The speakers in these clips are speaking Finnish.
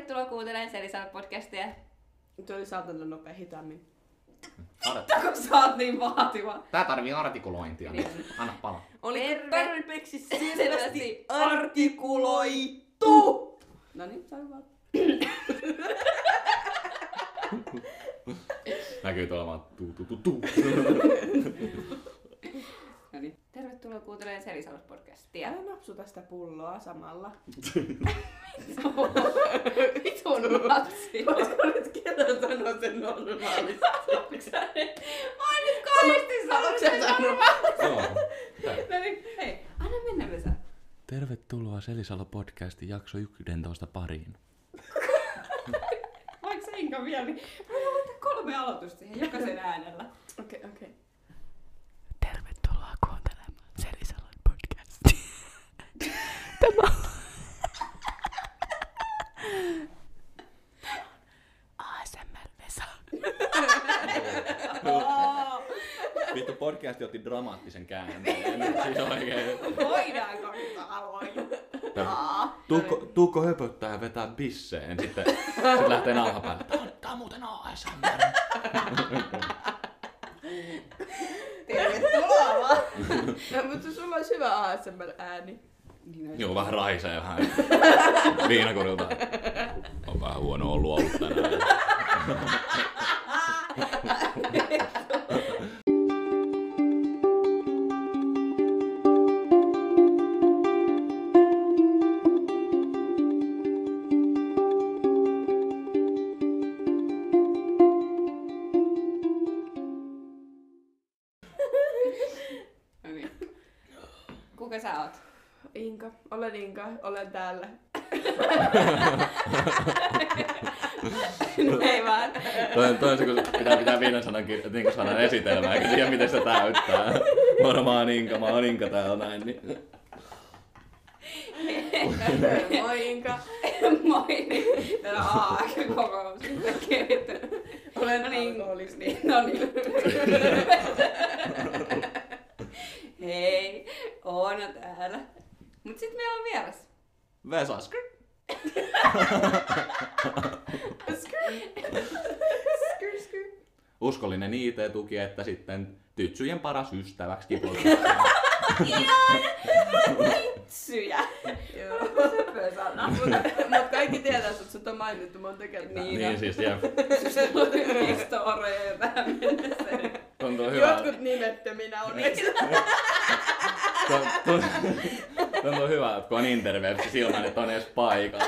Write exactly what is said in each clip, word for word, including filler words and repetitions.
Tervetuloa kuuntelemaan Selisalat podcastia. Se oli saatana nopea hitaammin. Mitä kun sä oot niin vaativa? Tää tarvii artikulointia. Niin. Anna palaa. Oli Terve- tarpeeksi selvästi selvästi artikuloitu! Noniin, sano vaan. Näkyy tuolla vaan tuu tuu tuu tuu. Noniin. Tervetuloa kuuntelemaan Selisalat podcastia. Älä napsuta sitä pulloa samalla. Vitun lapsi. Voisiko nyt kerran sanoa sen normaalisti? Mä oon nyt kahdesti sanonut sen normaalisti. Joo. Noniin, hei, anna mennä Vesa. Tervetuloa Selisalo podcastin jakso yksitoista pariin. Vaikka se enkä vielä, niin mä voin laittaa kolme aloitusta siihen jokaisen äänellä. Okei, okay, okei. Okay. Tervetuloa kuuntelemaan Selisalon podcastia. Tämä A S M R-Vesa. Vittu podcasti otti dramaattisen käänteen. Siis oikein. Voidaanko nyt aloittaa? Tuukko, tuukko höpöttää ja vetää bisseen. Sitten sit lähtee nauha päälle. Tää on, tää on muuten A S M R. Tervetuloa vaan. No, mutta sulla olisi hyvä A S M R-ääni. Joo, vähän raisee ja vähän viinakorilta. On vähän huono ollut ollut tänään. Noniin. Kuka sä oot? Inka, olen Inka, olen täällä. Ei vaan. Toi, toi on se, kun pitää pitää viiden sanan, kir- niin sanan esitelmää, eikä tiedä miten se täyttää. Moro, mä oon Inka, mä oon Inka täällä näin. Niin. Moi Inka. Moi. Täällä on A-kokous. Olen No niin. alkoholisti. No niin. Hei, Oona täällä. Mut sit meillä on vieras. Vesa, skr. Skyr, skyr. Uskollinen I T-tuki, että sitten tytsyjen paras ystäväksi kipuilta. Syjä. Joo. Söpö sana. Mut kaikki tietää, että sut on mainittu monta kertaa. Niin. Niin siis, jep. Sulla on historia tähän mennessä. Tuntuu hyvä. Jotkut nimettöminä onneksi. Tuntuu, tuntuu hyvä, että kun on interwebs ilman, että on edes paikalla.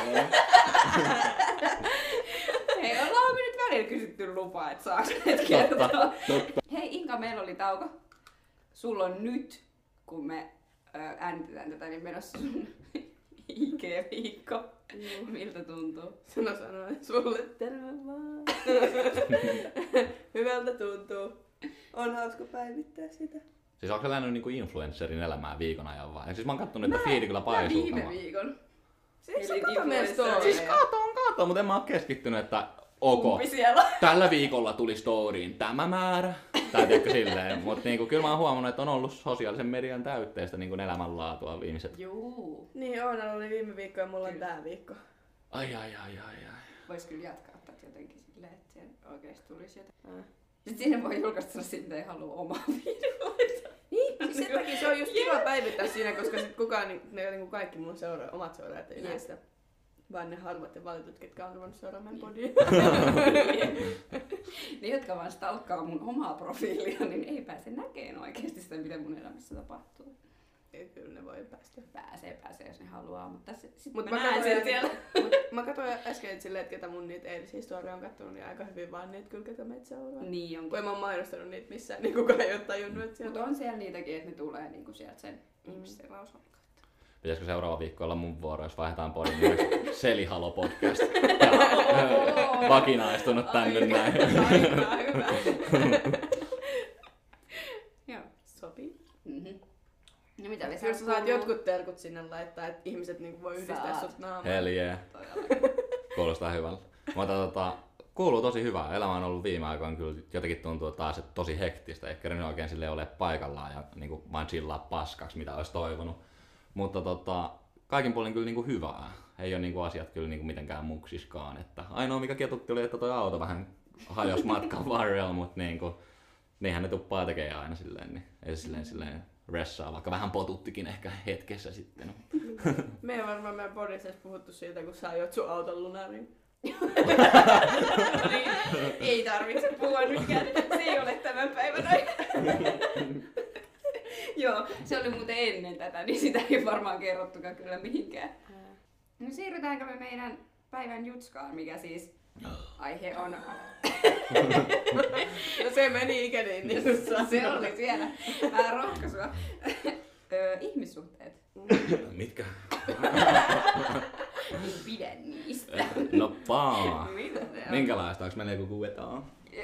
Hei, ollaan me nyt välillä kysytty lupaa, että saaks et kertoa. Hei Inka, meillä oli tauko. Sulla on nyt, kun me ö, äänitetään tätä, niin menossa sun I G-viikko. Miltä tuntuu? Sano sanoen sulle terve vaan. Hyvältä tuntuu. On hauska päivittää sitä. Siis onko sä lähtenyt niinku influencerin elämään viikon ajan vai? Siis mä oon kattonut, että fiidi kyllä Mä paisuu. viime viikon. Siis Eli sä kato meidän influencer. storia. Siis katon, katon, mutta en mä oo keskittynyt, että ok. Kumpi siellä? Tällä viikolla tuli storyin tämä määrä. Tai tiedätkö silleen, mutta niinku, kyllä mä oon huomannut, että on ollut sosiaalisen median täytteistä niinku elämänlaatua viimeiset. Juu. Niin on, oli viime viikko ja mulla on tää viikko. Ai ai ai ai ai. Vois kyllä jatkaa tätä jotenkin silleen, että siellä oikeesti tulisi jotain. Äh. Sitten siinä voi julkaista sellaisia, että ei halua omaa videoita. Niin, siis sen takia se on just kiva päivittää siinä, koska sit kukaan, niin, ne, niin kuin kaikki mun seura- omat seuraajat ei näe sitä. Vaan ne harvat ja valitut, ketkä on ruvennut seuraamaan podia. Ne, jotka vaan stalkkaa mun omaa profiilia, niin ei pääse näkemään oikeesti sitä, mitä mun elämässä tapahtuu. Ja kyllä ne voi päästä. Pääsee, pääsee, jos ne haluaa, mutta se, sit Mut mä, mä näen katsoin, sen siellä. Mut mä katsoin äsken silleen, että ketä mun niitä eilisiä storia on kattonut, niin aika hyvin vaan niitä kyllä, ketä meitä seuraa. Niin Kun onkin. en mä oon mainostanut niitä missään, niin kukaan ei oo tajunnut, että siellä Mutta on siellä niitäkin, että ne tulee niinku sieltä sen mm. ihmisten lausunnon kautta. Pitäisikö seuraava viikko olla mun vuoro, jos vaihdetaan podin nimeksi Selihalo podcast. Vakinaistunut tänne näin. Aika hyvä. Joo. sopii. Mhm. No mitä Vesa Kyllä sä saat kuuluu? jotkut terkut sinne laittaa, että ihmiset niinku voi yhdistää Saat. sut naamaan. Hell yeah. Kuulostaa hyvältä. Mutta tota, kuuluu tosi hyvää. Elämä on ollut viime aikoina kyllä jotenkin tuntuu taas, että tosi hektistä. Ehkä nyt oikein silleen ole paikallaan ja niin kuin, vaan chillaa paskaksi, mitä olisi toivonut. Mutta tota, kaikin puolin kyllä niin kuin hyvää. ei ole niinku asiat kyllä niinku mitenkään muksiskaan. Että ainoa mikä ketutti oli, että toi auto vähän hajosi matkan varrella, mutta niinku, niinhän ne tuppaa tekee aina silleen, niin ei se silleen, silleen ressaa, vaikka vähän potuttikin ehkä hetkessä sitten. Me ei varmaan meidän podissa puhuttu siitä, kun sä ajot sun auton lunariin. niin, ei tarvitse puhua nytkään, se ei ole tämän päivän aika. Joo, se oli muuten ennen tätä, niin sitä ei varmaan kerrottukaan kyllä mihinkään. No siirrytäänkö me meidän päivän jutskaan, mikä siis aihe on... No se meni ikäni, niin se oli siellä. Vähän rohkaisua. Öö, ihmissuhteet. Mitkä? En pidä niistä. No paa. Mitä se on? Minkälaista? Onks meillä joku kuvetaa?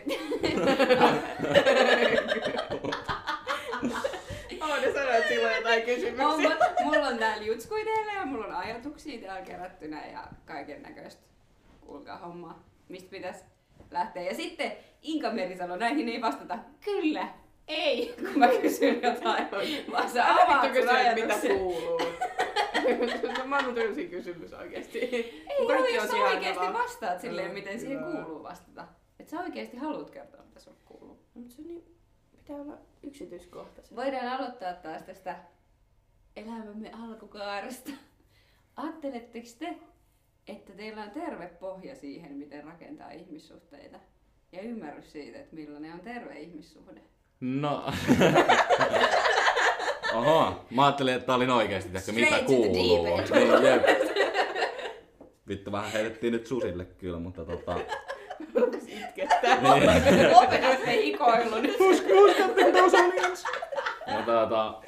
Oh, ne sanoit silloin jotain kysymyksiä. On, mulla on täällä jutskui teille ja mulla on ajatuksia täällä kerättynä ja kaiken näköistä. Kuulkaa hommaa. Mistä pitäisi lähteä? Ja sitten Inka Meri sanoi, näihin ei vastata. Kyllä, ei, kun mä kysyn jotain. Vaan sä Älä avaat vittu sun kysyä, mitä ajatuksen. kuuluu. Se on maailman tylsin kysymys oikeesti. Ei Kaikki ole, jos on sä ihan oikeesti vaan- vastaat silleen, Joo, miten siihen kyllä. kuuluu vastata. Et sä oikeesti haluat kertoa, mitä sulle kuuluu. Mut se niin, pitää olla yksityiskohtaisen. Voidaan aloittaa taas tästä elämämme alkukaaresta. Ajatteletteko te, että teillä on terve pohja siihen, miten rakentaa ihmissuhteita? Ja ymmärrys siitä, että millainen on terve ihmissuhde? No. Oho, mä ajattelin, että tää oli oikeesti tehty, mitä Straight to the kuuluu. deep end. Niin, jep. Vittu vähän heitettiin nyt susille kyllä, mutta tota... Itkettää. Niin. Lopeta se hikoilu nyt. Mutta tota...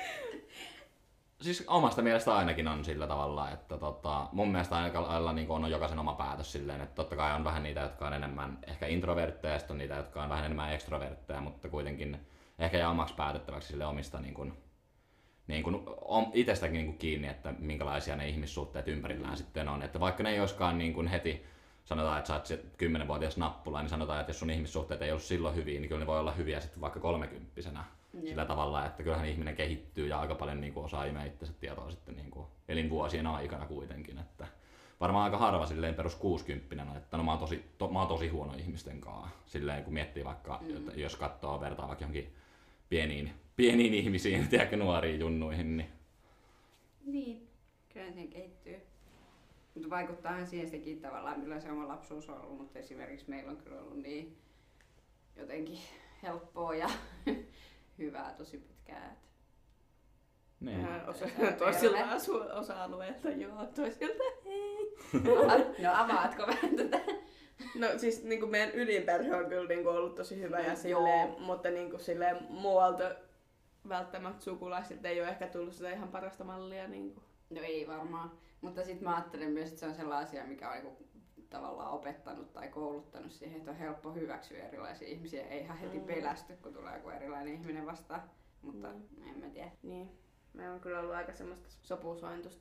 Siis omasta mielestä ainakin on sillä tavalla, että tota, mun mielestä aika lailla niin on jokaisen oma päätös silleen, että totta kai on vähän niitä, jotka on enemmän ehkä introvertteja ja sitten on niitä, jotka on vähän enemmän extrovertteja, mutta kuitenkin ehkä jää omaksi päätettäväksi sille omista niin kuin, niin kuin, om, itsestäkin niin kuin kiinni, että minkälaisia ne ihmissuhteet ympärillään sitten on. Että vaikka ne ei olisikaan niin kuin heti, sanotaan, että sä oot se kymmenvuotias nappula, niin sanotaan, että jos sun ihmissuhteet ei ollut silloin hyviä, niin kyllä ne voi olla hyviä sitten vaikka kolmekymppisenä. Sillä tavalla, että kyllähän ihminen kehittyy ja aika paljon niin kuin, osaa imeä itsensä tietoa sitten niin kuin, elinvuosien aikana kuitenkin. Että varmaan aika harva silleen perus kuusikymppinen on, että no mä oon tosi, to, mä oon tosi huono ihmisten kanssa. Silleen kun miettii vaikka, mm. jos katsoo vertaa vaikka johonkin pieniin, pieniin ihmisiin, tiedätkö, nuoriin junnuihin, niin... Niin, kyllä siihen kehittyy. Mutta vaikuttaahan siihen sekin tavallaan, millä se oma lapsuus on ollut, mutta esimerkiksi meillä on kyllä ollut niin jotenkin helppoa ja hyvää tosi pitkään. Että niin. Ihan osa, toisilta asu- osa-alueelta joo, toisilta ei. No avaatko vähän tätä? No siis niinku meidän ydinperhe on kyllä niinku ollut tosi hyvä ja Mm, silleen, joo. mutta niinku silleen muualta välttämättä sukulaisilta ei ole ehkä tullut sitä ihan parasta mallia niinku. No ei varmaan. Mutta sitten mä ajattelen myös, että se on sellainen asia, mikä on niinku tavallaan opettanut tai kouluttanut siihen, että on helppo hyväksyä erilaisia ihmisiä. Ei ihan heti Mm. pelästy, kun tulee joku erilainen ihminen vastaan. Mutta Mm. en mä tiedä. Niin. Meillä on kyllä ollut aika semmoista sopusointusta.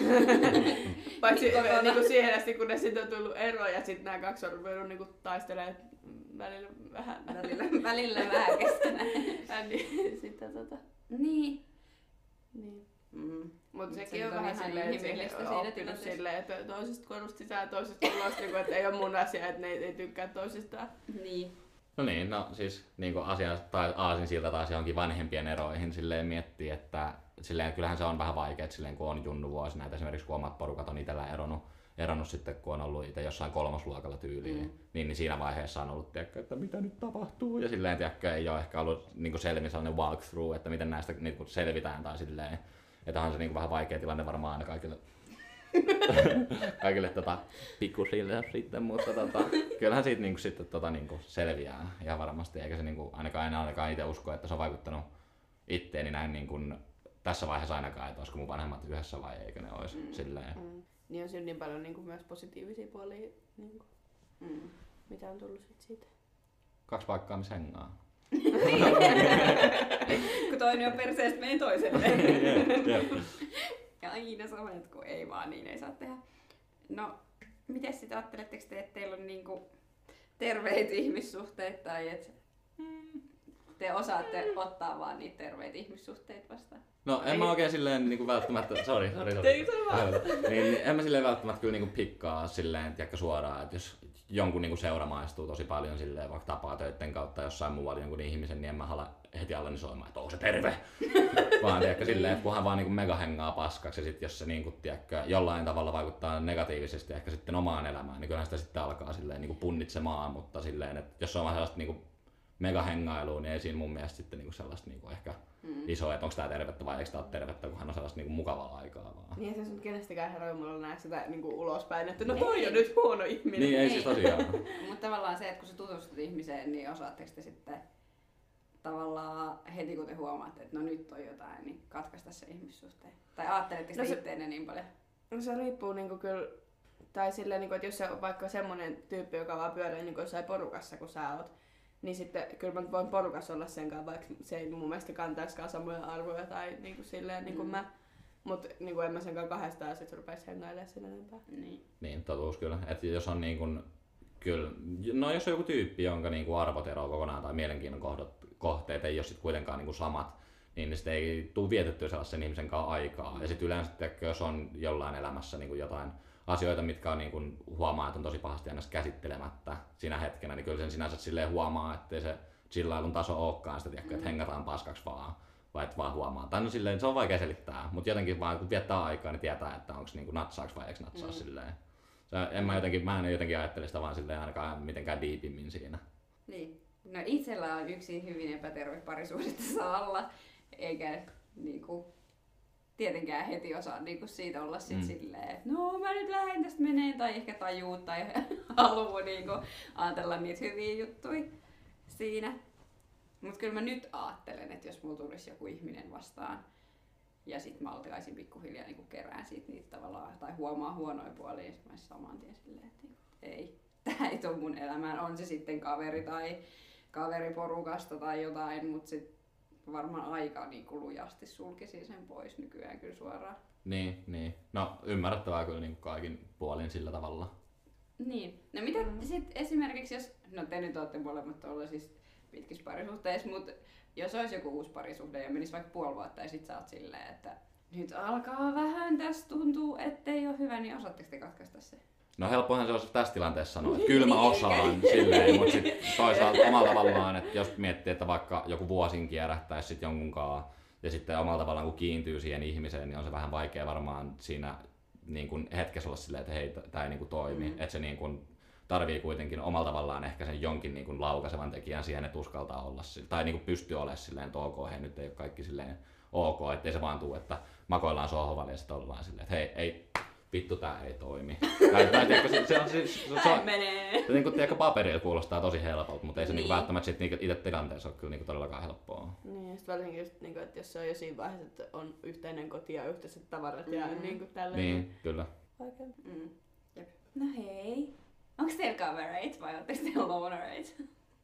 Paitsi Niin, kotona. niinku siihen asti, kun ne sitten on tullut ero ja sitten nämä kaksi on ruvennut niinku taistelemaan välillä vähän. Välillä, välillä vähän keskenään. Äh, niin sitten tota. Niin. Niin. Mm. Mutta Mut sekin se on nyt on vähän ihan silleen, että inhimillistä se siinä on oppinut tilanteessa. silleen, että toisesta korusta sisään, toisesta ulos, niin että ei ole mun asia, että ne ei, ei tykkää toisistaan. Niin. No niin, no siis niin kuin asia, tai aasin siltä taas johonkin vanhempien eroihin silleen miettii, että silleen, kyllähän se on vähän vaikeet silleen, kun on junnuvuosina, että esimerkiksi kun omat porukat on itsellä eronnut, eronnut sitten, kun on ollut itse jossain kolmosluokalla tyyliin, mm. niin, niin siinä vaiheessa on ollut, tiedätkö, että mitä nyt tapahtuu, ja silleen, tiedätkö, ei ole ehkä ollut niin kuin selvin sellainen walkthrough, että miten näistä niin kuin selvitään tai silleen, että on se niin kuin vähän vaikea tilanne varmaan aina kaikille kaikille tota, pikkusille sitten, mutta tota, kyllähän siitä niinku, sitten tota, niinku, selviää ihan varmasti, eikä se niinku, ainakaan aina ainakaan itse usko, että se on vaikuttanut itteeni näin niinku, tässä vaiheessa ainakaan, että olisiko mun vanhemmat yhdessä vai eikö ne olisi mm. silleen. Mm. Niin on siinä niin paljon niin kuin myös positiivisia puolia, niin kuin, Mm. mitä on tullut sit siitä. Kaksi paikkaa, missä hengaa. Kun toinen on perseestä meidän toiselle. Jep, jep. Ja aina samat, kun ei vaan, niin ei saa tehdä. No, miten sitten ajatteletteko te, että teillä on niinku terveitä ihmissuhteita tai et... te osaatte ottaa vaan niitä terveitä ihmissuhteita vastaan. No en Ei. mä oikein silleen niinku välttämättä, sori, sori, sori. Ei se vaan. niin, niin, en mä silleen välttämättä kyllä niinku pikkaa silleen, tiedätkö, suoraan, että jos jonkun niinku seura maistuu tosi paljon silleen, vaikka tapaa töitten kautta jossain muualla jonkun ihmisen, niin en mä hala heti allenisoimaan, että on se terve. Vaan tiedätkö, silleen, että kunhan vaan niinku mega hengaa paskaksi ja sit jos se niinku, tiedätkö, jollain tavalla vaikuttaa negatiivisesti ehkä sitten omaan elämään, niin kyllähän sitä sitten alkaa silleen niinku punnitsemaan, mutta silleen, että jos se on vaan sellaista niinku mega hengailua, niin ei siinä mun mielestä sitten niinku sellaista niinku ehkä mm. isoa, että onko tää tervettä vai eikö tää ole tervettä, kunhan on sellaista niinku mukavaa aikaa vaan. Niin, että jos nyt kenestäkään heroimalla näe sitä niinku ulospäin, että no toi on nyt huono ihminen. Niin, ei siis tosiaan. Mutta tavallaan se, että kun sä tutustut ihmiseen, niin osaatteko te sitten tavallaan heti kun te huomaatte, että no nyt on jotain, niin katkaista se ihmissuhteen? Tai ajatteletteko No te se- itteenne niin paljon? No se riippuu niinku kyllä, tai silleen, niinku, että jos se on vaikka semmonen tyyppi, joka vaan pyörii niinku jossain porukassa, kun sä oot, niin sitten kyllä mä voin porukassa olla sen kanssa, vaikka se ei mun mielestä kantaisikaan samoja arvoja tai niinku silleen niin kuin Mm. mä. Mut niinku en mä sen kanssa kahdestaan sit rupais hengailemaan sen enempää. Niin. Niin, totuus kyllä. Että jos on niin kuin, kyllä, no jos on joku tyyppi, jonka niin kuin arvot eroaa kokonaan tai mielenkiinnon kohdot, kohteet ei ole sit kuitenkaan niin kuin samat, niin sitten ei tule vietettyä sellaisen ihmisen kanssa aikaa. Ja sitten yleensä, että jos on jollain elämässä niin kuin jotain asioita, mitkä on niin kuin, huomaa, että on tosi pahasti aina käsittelemättä siinä hetkenä, niin kyllä sen sinänsä silleen huomaa, ettei se chillailun taso olekaan sitä, tiedätkö, että hengataan paskaksi vaan. Vai et vaan huomaa. Tai no silleen, se on vaikea selittää, mutta jotenkin vaan kun viettää aikaa, niin tietää, että onko niinku natsaaks vai eikö natsaa mm. silleen. Se, en mä jotenkin, mä en jotenkin ajattele sitä vaan silleen ainakaan mitenkään diipimmin siinä. Niin. No itsellä on yksi hyvin epäterve parisuhde tässä alla, eikä niinku, tietenkään heti osaa niinku siitä olla sit mm. silleen, että no mä nyt lähden tästä meneen, tai ehkä tajuu tai haluu niinku ajatella niitä hyviä juttuja siinä. Mut kyllä mä nyt ajattelen, että jos mulla tulisi joku ihminen vastaan ja sit mä alkaisin pikkuhiljaa niinku kerään siitä niitä tavallaan, tai huomaa huonoja puolia, niin sit mä olisin saman tien silleen, että niinku, ei, tää ei tuu mun elämään, on se sitten kaveri tai kaveriporukasta tai jotain, mut sit varmaan aika niinku lujasti sulkisin sen pois nykyään kyllä suoraan. Niin, niin. No ymmärrettävää kyllä niin kaikin puolin sillä tavalla. Niin. No mitä mm. sit esimerkiksi jos, no te nyt ootte molemmat olla siis pitkissä parisuhteissa, mutta jos olisi joku uusi parisuhde ja menisi vaikka puoli vuotta ja sit sä oot silleen, että nyt alkaa vähän tästä tuntuu, ettei ole hyvä, niin osaatteko te katkaista se? No helppohan se olisi tässä tilanteessa sanoa, että kyllä mä osaan silleen, mutta sitten toisaalta omalla tavallaan, että jos miettii, että vaikka joku vuosin kierähtäisi sit jonkun kaa ja sitten omalla tavallaan kun kiintyy siihen ihmiseen, niin on se vähän vaikea varmaan siinä niin kun hetkessä olla silleen, että hei, tämä ei niin kun toimi. Mm. Että se niin kun tarvii kuitenkin omalla tavallaan ehkä sen jonkin niin kun laukaisevan tekijän siihen, että uskaltaa olla sille, tai niin kun pystyy olemaan silleen, että ok, hei nyt ei ole kaikki silleen ok, ettei se vaan tule, että makoillaan sohvalla ja sitten ollaan silleen, että hei, ei, vittu tää ei toimi. Tai, tai tiedätkö, se, se on siis, se, se on, menee. se, niin kuin, tiedätkö, paperilla kuulostaa tosi helpolta, mutta ei se Niin. niin. Niin välttämättä sit, niin, itse tilanteessa ole kyllä niin todellakaan helppoa. Niin, ja sit varsinkin just, niin kuin, että jos se on jo siinä vaiheessa, että on yhteinen koti ja yhteiset tavarat ja Mm. niin kuin tälleen. Niin, kyllä. Vaikea. Mm. Jep. No hei, onks teillä kavereita vai ootteko teillä lonereita?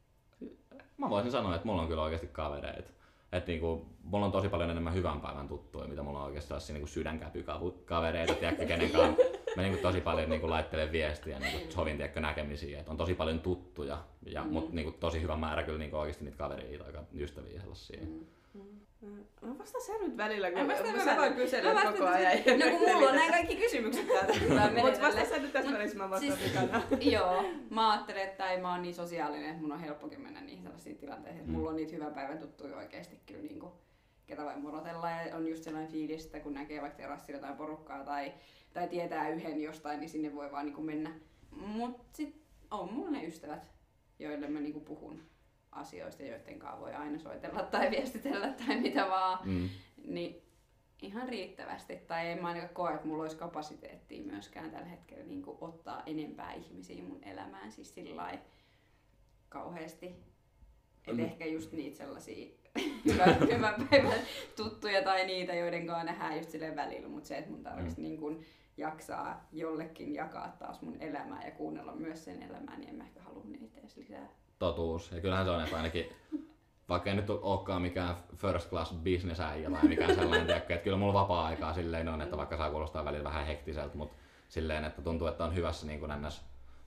Mä voisin sanoa, että mulla on kyllä oikeasti kavereita. Että niinku, mulla on tosi paljon enemmän hyvän päivän tuttuja, mitä mulla on oikeastaan niinku sydänkäpykavereita, tiedätkö, kenen kanssa mä niinku tosi paljon niinku laittelen viestiä, niinku sovin tiedätkö, näkemisiä. Et on tosi paljon tuttuja, ja, mm. mutta niinku, tosi hyvä määrä kyllä niinku oikeasti niitä kavereita, aika ystäviä sellaisia. Mm. No vasta sä nyt välillä, kun Mä vastaan sä välillä. vaan kyselet Mä koko vastaan ajan. sit- No kun mulla on nämä kaikki kysymykset täältä. Mut vasta sä nyt tässä välissä, mä vastaan Siis- vikana. Joo, mä ajattelen, että mä oon niin sosiaalinen, että mun on helppokin mennä niihin sellaisiin tilanteisiin, että Mm. mulla on niitä hyvän päivän tuttuja oikeesti kyllä niinku, ketä voi morotella ja on just sellainen fiilis, että kun näkee vaikka terassilla jotain porukkaa tai, tai tietää yhden jostain, niin sinne voi vaan niinku mennä. Mut sit on mulla ne ystävät, joille mä niinku puhun asioista, joiden kanssa voi aina soitella tai viestitellä tai mitä vaan. Mm. Niin ihan riittävästi. Tai en mä ainakaan koe, että mulla olisi kapasiteettia myöskään tällä hetkellä niin kuin ottaa enempää ihmisiä mun elämään. Siis sillai kauheasti. Et Mm. ehkä just niitä sellaisia hyvän, hyvän päivän tuttuja tai niitä, joiden kanssa nähdään just silleen välillä. Mutta se, että mun tarvitsisi Mm. niin kuin jaksaa jollekin jakaa taas mun elämää ja kuunnella myös sen elämää, niin en mä ehkä halua niitä edes lisää. Totuus. Ja kyllähän se on, että ainakin vaikka ei nyt olekaan mikään first class business äijä tai mikään sellainen, tiedätkö, että kyllä mulla vapaa-aikaa silleen on, että vaikka saa kuulostaa välillä vähän hektiseltä, mutta silleen, että tuntuu, että on hyvässä niin kuin ns.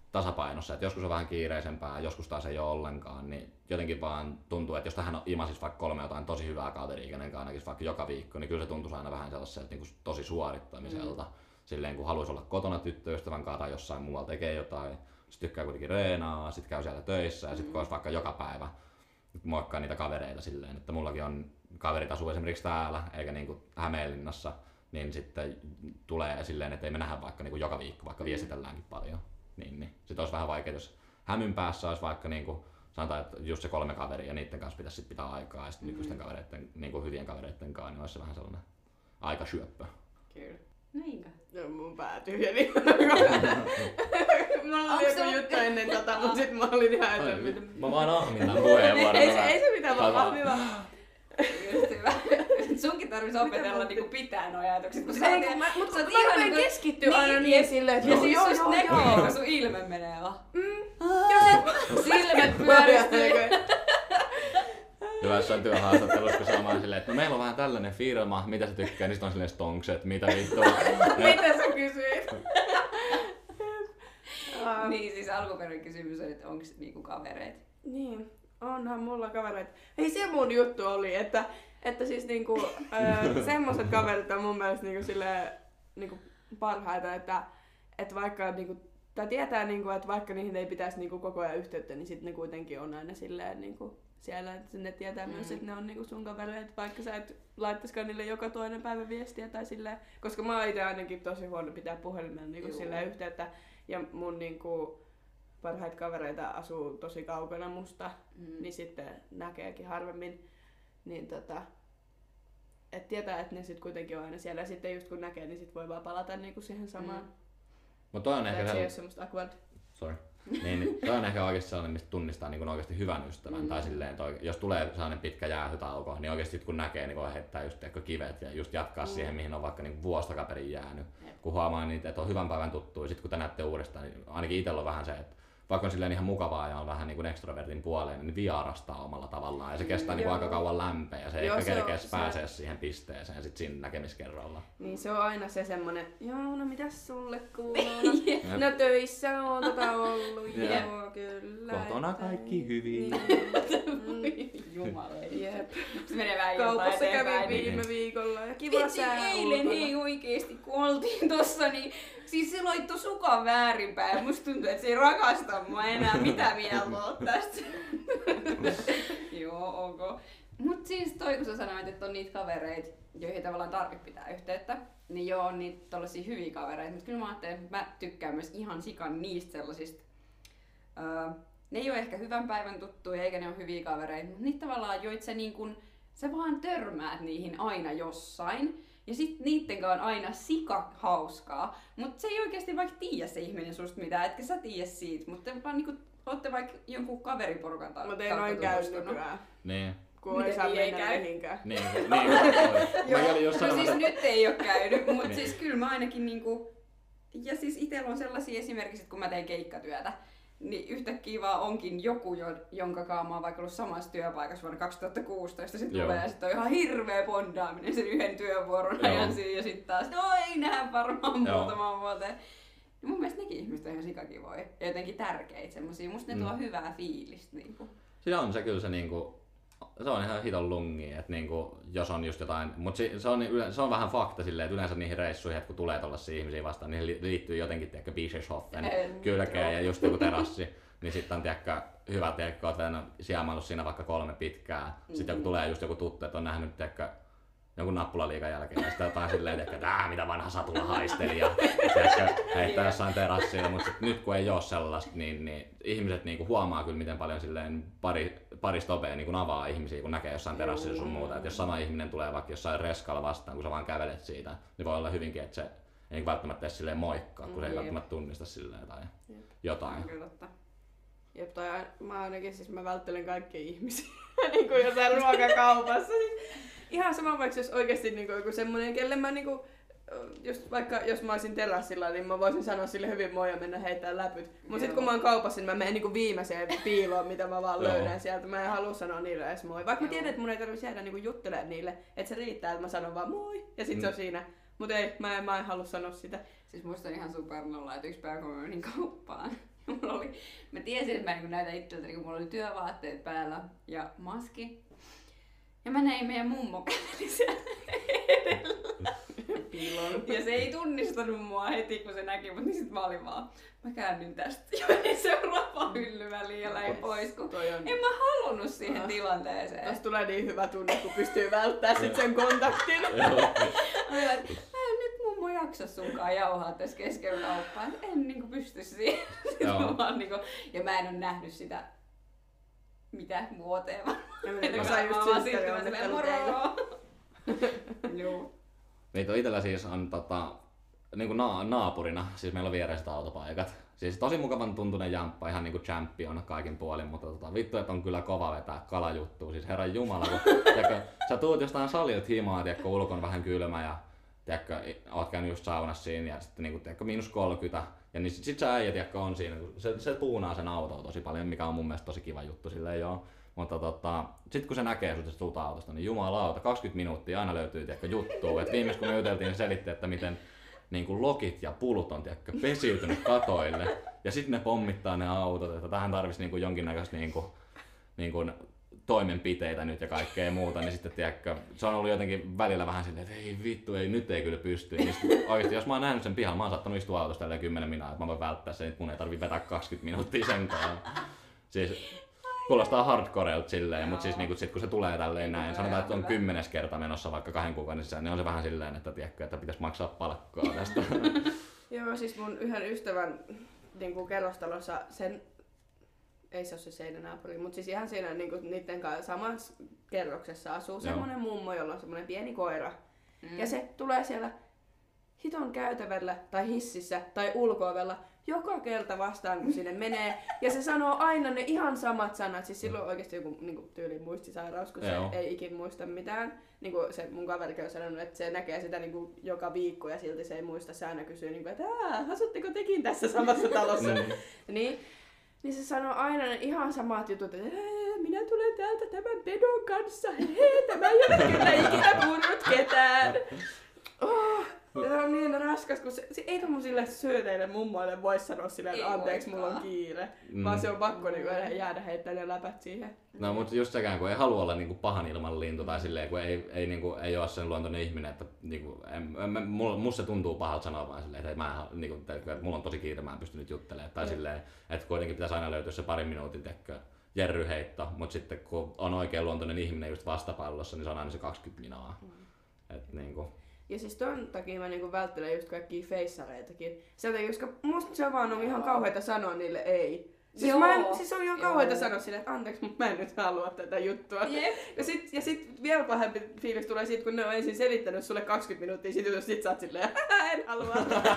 tasapainossa, että joskus on vähän kiireisempää, joskus taas ei ole ollenkaan, niin jotenkin vaan tuntuu, että jos tähän imasis vaikka kolme jotain tosi hyvää kaveria, kenen kanssa ainakin vaikka joka viikko, niin kyllä se tuntuisi aina vähän sellaiselta niin tosi suorittamiselta. Mm. Silleen kun haluaisi olla kotona tyttöystävän kanssa tai jossain muualla tekee jotain, sit tykkää kuitenkin reenaa, sit käy siellä töissä ja sit kun olisi vaikka joka päivä moikkaa niitä kavereita silleen, että mullakin on kaverit asuu esimerkiksi täällä eikä niinku Hämeenlinnassa, niin sitten tulee silleen, että ei me nähdä vaikka niinku joka viikko, vaikka viestitelläänkin paljon. Niin, niin. Sitten olisi vähän vaikea, jos Hämyn päässä olisi vaikka niinku, sanotaan, että just se kolme kaveria ja niiden kanssa pitäisi sit pitää aikaa ja sitten mm-hmm. nykyisten kavereiden, niinku hyvien kavereiden kanssa, niin olisi se vähän sellainen aikasyöppö. Kyllä. No Inka. No mun pää tyhjeni. Mulla oli joku juttu ennen tota, mut sit mä olin ihan, että mitä... Mä vaan ahmin tämän puheenvuoron. Ei, ei, ei se mitään, vaan ahmi vaan. Just hyvä. Sunkin tarvitsisi opetella niinku pitää nuo ajatukset. Kun ei, kun mä, mut kun mä rupean keskittyä aina niin silleen, että ja joo, siis joo, susta joo, näkyy, joo. kun sun ilme menee vaan. Mm. Ja sit silmät pyöristyy. Hyvä jossain työhaastattelussa, kun saamaan silleen, että no meillä on vähän tällainen firma, mitä sä tykkää, niin sit on silleen stonkset, mitä vittua. Mitä sä kysyit? Niin siis alkuperäinen kysymys oli, että onko niinku kavereita? Niin, onhan mulla kavereita. Ei se mun juttu oli, että, että siis niinku, äh, semmoset kaverit on mun mielestä niinku silleen, niinku parhaita, että, että vaikka niinku, tai tietää, niinku, että vaikka niihin ei pitäisi niinku koko ajan yhteyttä, niin sit ne kuitenkin on aina silleen niinku, siellä, että ne tietää mm. myös, että ne on niinku sun kavereita, vaikka sä et laittaisikaan niille joka toinen päivä viestiä tai silleen, koska mä oon itse ainakin tosi huono pitää puhelimella niinku silleen yhteyttä, ja mun niinku parhaita kavereita asuu tosi kaukana musta, mm. niin sitten näkeekin harvemmin, niin tota, et tietää, että ne sit kuitenkin on aina siellä, ja sitten just kun näkee, niin sit voi vaan palata niinku siihen samaan. Mm. Mut toi on ehkä se ei sell... ole semmoista awkward. Sorry. niin, niin, toi on ehkä oikeasti sellainen, mistä tunnistaa niin oikeasti hyvän ystävän. Mm. Tai silleen, että jos tulee sellainen pitkä jäähytauko, niin oikeasti kun näkee, niin voi heittää just kivet ja just jatkaa mm. siihen, mihin on vaikka niin vuosi takaperin jäänyt. Jep. Kun huomaa niitä, että on hyvän päivän tuttu, ja sitten kun te näette uudestaan, niin ainakin itsellä on vähän se, että vaikka on silleen ihan mukavaa ja on vähän niin kuin extrovertin puoleen, niin vierastaa omalla tavallaan. Ja se kestää mm, niin aika kauan lämpeä ja se ei joo, ehkä kerkeä pääsee se... siihen pisteeseen sit siinä näkemiskerralla. Niin se on aina se semmonen, joo no mitäs sulle kuuluu? No töissä on tota ollut, yeah. joo kyllä. Kotona kaikki hyvin. Niin. Jumaleita. Jep. Se menee vähän kaupassa eteenpäin. kävin viime viikolla ja kiva sää eilen hei oikeesti kun oltiin tossa, niin siis se laittoi sukan väärinpäin. Musta tuntuu, että se ei rakasta mua enää. Mitä mieltä oot tästä? Joo, ok. Mut siis toi kun sä sanoit, että on niitä kavereita, joihin tavallaan tarvitsee pitää yhteyttä, niin joo, on niitä tollasia hyviä kavereita. Mut kyllä mä ajattelen, että mä tykkään myös ihan sikan niistä sellaisista. Öö, ne ei ole ehkä hyvän päivän tuttuja eikä ne ole hyviä kavereita, mutta niitä tavallaan, joita sä, niin kun, sä vaan törmäät niihin aina jossain. Ja sit niitten kanssa on aina sika hauskaa, mutta se ei oikeesti vaikka tiedä se ihminen susta mitään, etkä sä tiedä siitä, mutta te vaan niinku ootte vaikka jonkun kaveriporukan kautta. Mutta ei noin käy nykyään. Niin. Kun ei saa mennä mihinkään. Niin, niin. Mä olin just no sanomassa. siis nyt ei oo käynyt, mutta niin. Siis kyllä mä ainakin niinku... Ja siis itellä on sellaisia esimerkiksi, että kun mä teen keikkatyötä, niin yhtäkkiä vaan onkin joku, jonka kanssa mä oon vaikka ollut samassa työpaikassa vuonna kaksituhattakuusitoista. Sitten tulee ja sitten on ihan hirveä bondaaminen sen yhden työvuoron ajan siinä ja sitten taas, no ei nähdä varmaan muutaman vuoteen. Ja mun mielestä nekin ihmiset on ihan sikakivoja ja jotenkin tärkeitä semmosia. Musta ne tuo mm. hyvää fiilistä. Niinku. Se on se kyllä se niinku... Se on ihan hiton lungi, että niinku, jos on just jotain, mutta se, se, on, se on vähän fakta silleen, että yleensä niihin reissuihin, että kun tulee tollasia ihmisiä vastaan, niihin liittyy jotenkin tiedäkö Bischofshofen kylkeen ja just joku terassi, niin sitten on tiedäkö hyvä, tiedäkö, oot vielä sijaamannut siinä vaikka kolme pitkää, mm-hmm. sitten kun tulee just joku tuttu, että on nähnyt tiedäkö, jonkun nappulaliigan jälkeen ja sitten jotain silleen, että äh, mitä vanha satula haisteli ja heittää jossain terassilla, mutta nyt kun ei oo sellaista, niin, niin ihmiset niinku huomaa kyllä miten paljon silleen pari, pari stopea niinku avaa ihmisiä, kun näkee jossain terassilla sun muuta. Et jos sama ihminen tulee vaikka jossain reskalla vastaan, kun sä vaan kävelet siitä, niin voi olla hyvinkin, että se ei välttämättä edes silleen moikkaa, kun se ei välttämättä tunnista silleen tai Jep. jotain. Kyllä totta. Jep, toi, mä ainakin siis mä välttelen kaikkia ihmisiä, niin kuin jossain ruokakaupassa. Ihan sama vaikka jos oikeesti niinku joku semmonen, kelle mä niinku, just vaikka jos mä olisin terassilla, niin mä voisin sanoa sille hyvin moi ja mennä heittää läpyt. Mut sit kun mä oon kaupassa, niin mä menen niinku viimeiseen piiloon, mitä mä vaan löydän sieltä. Mä en halua sanoa niille edes moi. Vaikka mä tiedän, että mun ei tarvitse jäädä niinku juttelemaan niille, että se riittää, että mä sanon vaan moi ja sit mm. se on siinä. Mut ei, mä en, mä en halua sanoa sitä. Siis musta on ihan supernolla, että yksi päivä kun mä menin kauppaan, mulla oli, mä tiesin, että mä niin näytän itseltäni, kun mulla oli työvaatteet päällä ja maski. Ja mä näin meidän mummo käveli siellä edellä. Piilon. Ja se ei tunnistanut mua heti, kun se näki, mutta niin sit mä olin vaan, mä käännyn tästä jo seuraavaan hyllyväliin ja lähdin pois, kun en mä halunnut siihen tilanteeseen. Tästä tulee niin hyvä tunne, kun pystyy välttämään sit sen kontaktin. Mä en nyt mummo jaksa sunkaan jauhaa tässä keskellä kauppaa, en niinku pysty siihen. Mä vaan niinku, ja mä en ole nähnyt sitä mitä vuoteen vaan. Mä sain just synttärionnittelut teille. Joo. Meitä itellä siis on tota, niinku na- naapurina, siis meillä on viereiset autopaikat. Siis tosi mukavan tuntunen jamppa, ihan niinku champion kaikin puolin, mutta tota, vittu, että on kyllä kova vetää kalajuttua. Siis herran jumala, kun tiedätkö, sä tuut jostain salilta himaa, tiedätkö, ulkon vähän kylmä ja tiedätkö, oot käynyt just saunassa siinä ja sitten niinku, tiedätkö, miinus kolmekymmentä. Ja niin sit, sit sä äijä, tiedätkö, on siinä, se, se puunaa sen autoa tosi paljon, mikä on mun mielestä tosi kiva juttu silleen joo. Mutta tota, sit kun se näkee sut, että tuut autosta, niin jumalauta, kaksikymmentä minuuttia aina löytyy tiedätkö, juttua. Et viimeis kun me juteltiin, se selitti, että miten niin kuin lokit ja pulut on tiedätkö, pesiytynyt katoille. Ja sitten ne pommittaa ne autot, että tähän tarvitsisi niin kuin jonkinnäköistä niin kuin, niin kuin toimenpiteitä nyt ja kaikkea muuta. Niin sitten tiedätkö, se on ollut jotenkin välillä vähän silleen, että ei vittu, ei, nyt ei kyllä pysty. Niin oikeasti, jos mä oon nähnyt sen pihalla, mä oon saattanut istua autosta tälleen kymmenen minuuttia, että mä voin välttää sen, että mun ei tarvii vetää kaksikymmentä minuuttia senkaan. Siis, kuulostaa hardcorelta silleen, mutta siis niinku sit kun se tulee tälleen näin, sanotaan, että on kymmenes kerta menossa vaikka kahden kuukauden sisään, niin on se vähän silleen, että tiedätkö, että pitäisi maksaa palkkaa tästä. Joo, siis mun yhden ystävän niin kerrostalossa, sen, ei se ole se seinänaapuri, mutta siis ihan siinä niin kuin, niiden kanssa samassa kerroksessa asuu semmoinen mummo, jolla on semmoinen pieni koira. Mm. Ja se tulee siellä hiton käytävällä tai hississä tai ulko-ovella joka kerta vastaan, kun sinne menee. Ja se sanoo aina ne ihan samat sanat. Siis silloin on oikeasti joku niin tyyli muistisairaus, kun Joo. se ei ikin muista mitään. Niin kuin se mun kaverikin on sanonut, että se näkee sitä niin kuin joka viikko ja silti se ei muista. Se aina kysyy, niin kuin, että asutteko tekin tässä samassa talossa? niin, niin se sanoo aina ne ihan samat jutut, että minä tulen täältä tämän pedon kanssa. Hei, tämä ei ole kyllä ikinä purrut ketään. Oh. Ja se on niin raskas, kun se, se ei tommosille syöteille mummoille voi sanoa silleen, että anteeksi, mulla on kiire. Mm. Vaan se on pakko niinku jäädä heittämään läpät siihen. No mutta just sekään, kun ei halua olla niinku pahan ilman lintu tai silleen, kun ei, ei, niinku, ei ole sen luontoinen ihminen, että niinku, en, en, mulla, musta se tuntuu pahalta sanoa vaan silleen, että, mä, niinku, että mulla on tosi kiire, mä en pysty nyt juttelemaan. Tai mm. silleen, että kuitenkin pitäisi aina löytyä se parin minuutin tekkö jerryheitto, mutta sitten kun on oikein luontoinen ihminen just vastapallossa, niin se on aina se kaksikymmentä minaa. Mm. Et, niinku. Ja siis ton takia mä niinku välttelen just kaikkia feissareitakin. Sen takia, koska musta se vaan on ihan kauheita sanoa niille ei. Siis, mä en, siis on ihan kauheita sanoa sille, että anteeksi, mutta mä en nyt halua tätä juttua. Yep. Ja sit, ja sit vielä pahempi fiilis tulee siitä, kun ne on ensin selittänyt sulle kaksikymmentä minuuttia sit, jos sit sä oot silleen, en halua.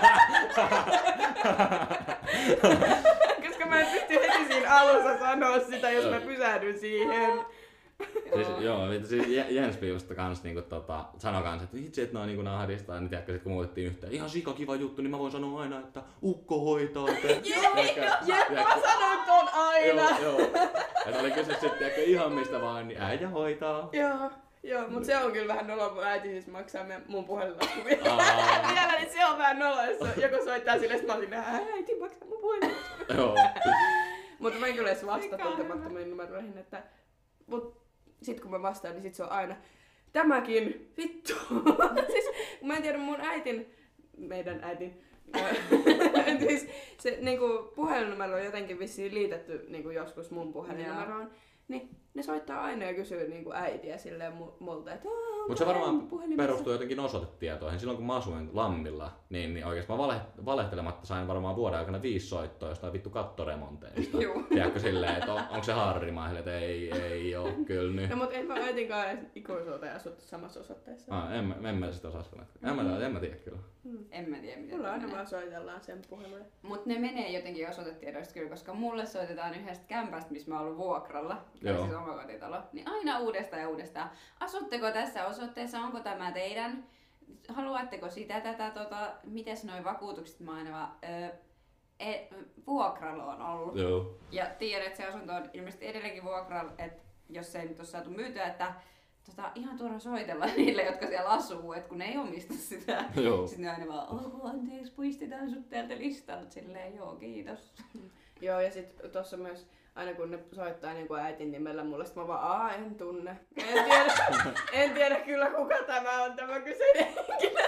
Koska mä en pysty heti siinä alussa sanoa sitä, jos mä pysähdyn siihen. Siis, joo, siis Jenspi just kans niinku tota, sanoi kans, että itse et nää niinku ahdistaa, niin tiedätkö, sit kun muutettiin yhteen, ihan sikakiva juttu, niin mä voin sanoa aina, että ukko hoitaa. Jep, mä sanon ton aina! Joo, joo. Ja oli kyse sit tiedätkö, ihan mistä vaan, niin äijä hoitaa. Joo. Joo, mut se on kyllä vähän nolo, mun äiti siis maksaa mun puhelinlasku vielä, niin se on vähän nolo, jos joku soittaa sille, että mä olin, äiti maksaa mun puhelinlasku. Joo. Mutta mä en kyllä edes vasta tuntemattomiin numeroihin, että mut sit kun mä vastaan, niin sit se on aina tämäkin, vittu. Siis mä en tiedä mun äitin, meidän äitin, siis se niinku puhelinnumero on jotenkin vissiin liitetty niinku joskus mun puhelinnumeroon. Niin ne soittaa aina ja kysyy niinku äitiä silleen multa, että mutta se varmaan perustuu jotenkin osoitetietoihin. Silloin kun mä asuin Lammilla, niin, niin oikeesti mä vale- valehtelematta sain varmaan vuoden aikana viisi soittoa jostain vittu kattoremonteista. Tiedätkö silleen, että on, onko se Harri? Että ei, ei oo kyllä nyt. No mut en mä äitinkaan edes ikuisuuteen asuttu samassa osoitteessa. Ah, en, en mä sitä osaa sanoa. En, mm. en mä tiedä kyllä. Mm. En mä tiedä miten mulla aina vaan soitellaan sen puhelulle. Mut ne menee jotenkin osoitetiedoista kyllä, koska mulle soitetaan yhdestä kämpästä, missä mä oon ollut vuokralla. Joo. Siis omakotitalo. Niin aina uudestaan ja uudestaan. Asutteko tässä osoitteessa? Onko tämä teidän? Haluatteko sitä, tätä, tota, mites noi vakuutukset? Mä aina vaan, öö, e, vuokralla on ollut. Joo. Ja tiedän, että se asunto on ilmeisesti edelleenkin vuokralla, että jos se ei nyt ole saatu myytyä, että tota, ihan turha soitella niille, jotka siellä asuu, että kun ne ei omista sitä. Joo. Sitten ne aina vaan, oh, anteeksi, puistetaan sut täältä listalta. Silleen, joo, kiitos. Joo, ja sit tossa myös aina kun ne soittaa niin kuin äitin nimellä mulle, sit mä vaan, aa, en tunne. En tiedä, en tiedä kyllä kuka tämä on, tämä kyseinen henkilö.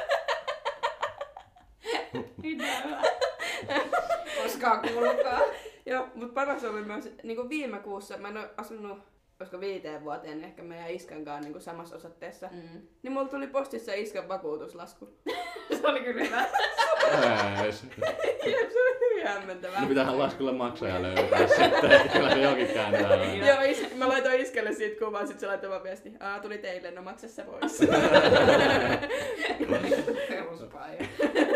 Koskaan kuullutkaan. Joo, mut paras oli myös niin kuin viime kuussa, mä en oo asunut, koska viiteen vuoteen ehkä meidän iskän kanssa niin samassa osoitteessa, Mm. niin mulla tuli postissa iskän vakuutuslasku. Se oli kyllä hyvä. Ees. Jep, se oli hyvin hämmentävää. No pitäähän laskulle maksaja löytää sitten, että kyllä se jokin kääntää. Joo, is- mä laitoin iskelle siitä kuvan, sit se laittoi vaan viesti. Aa, tuli teille, no maksa se pois. Peruspaija.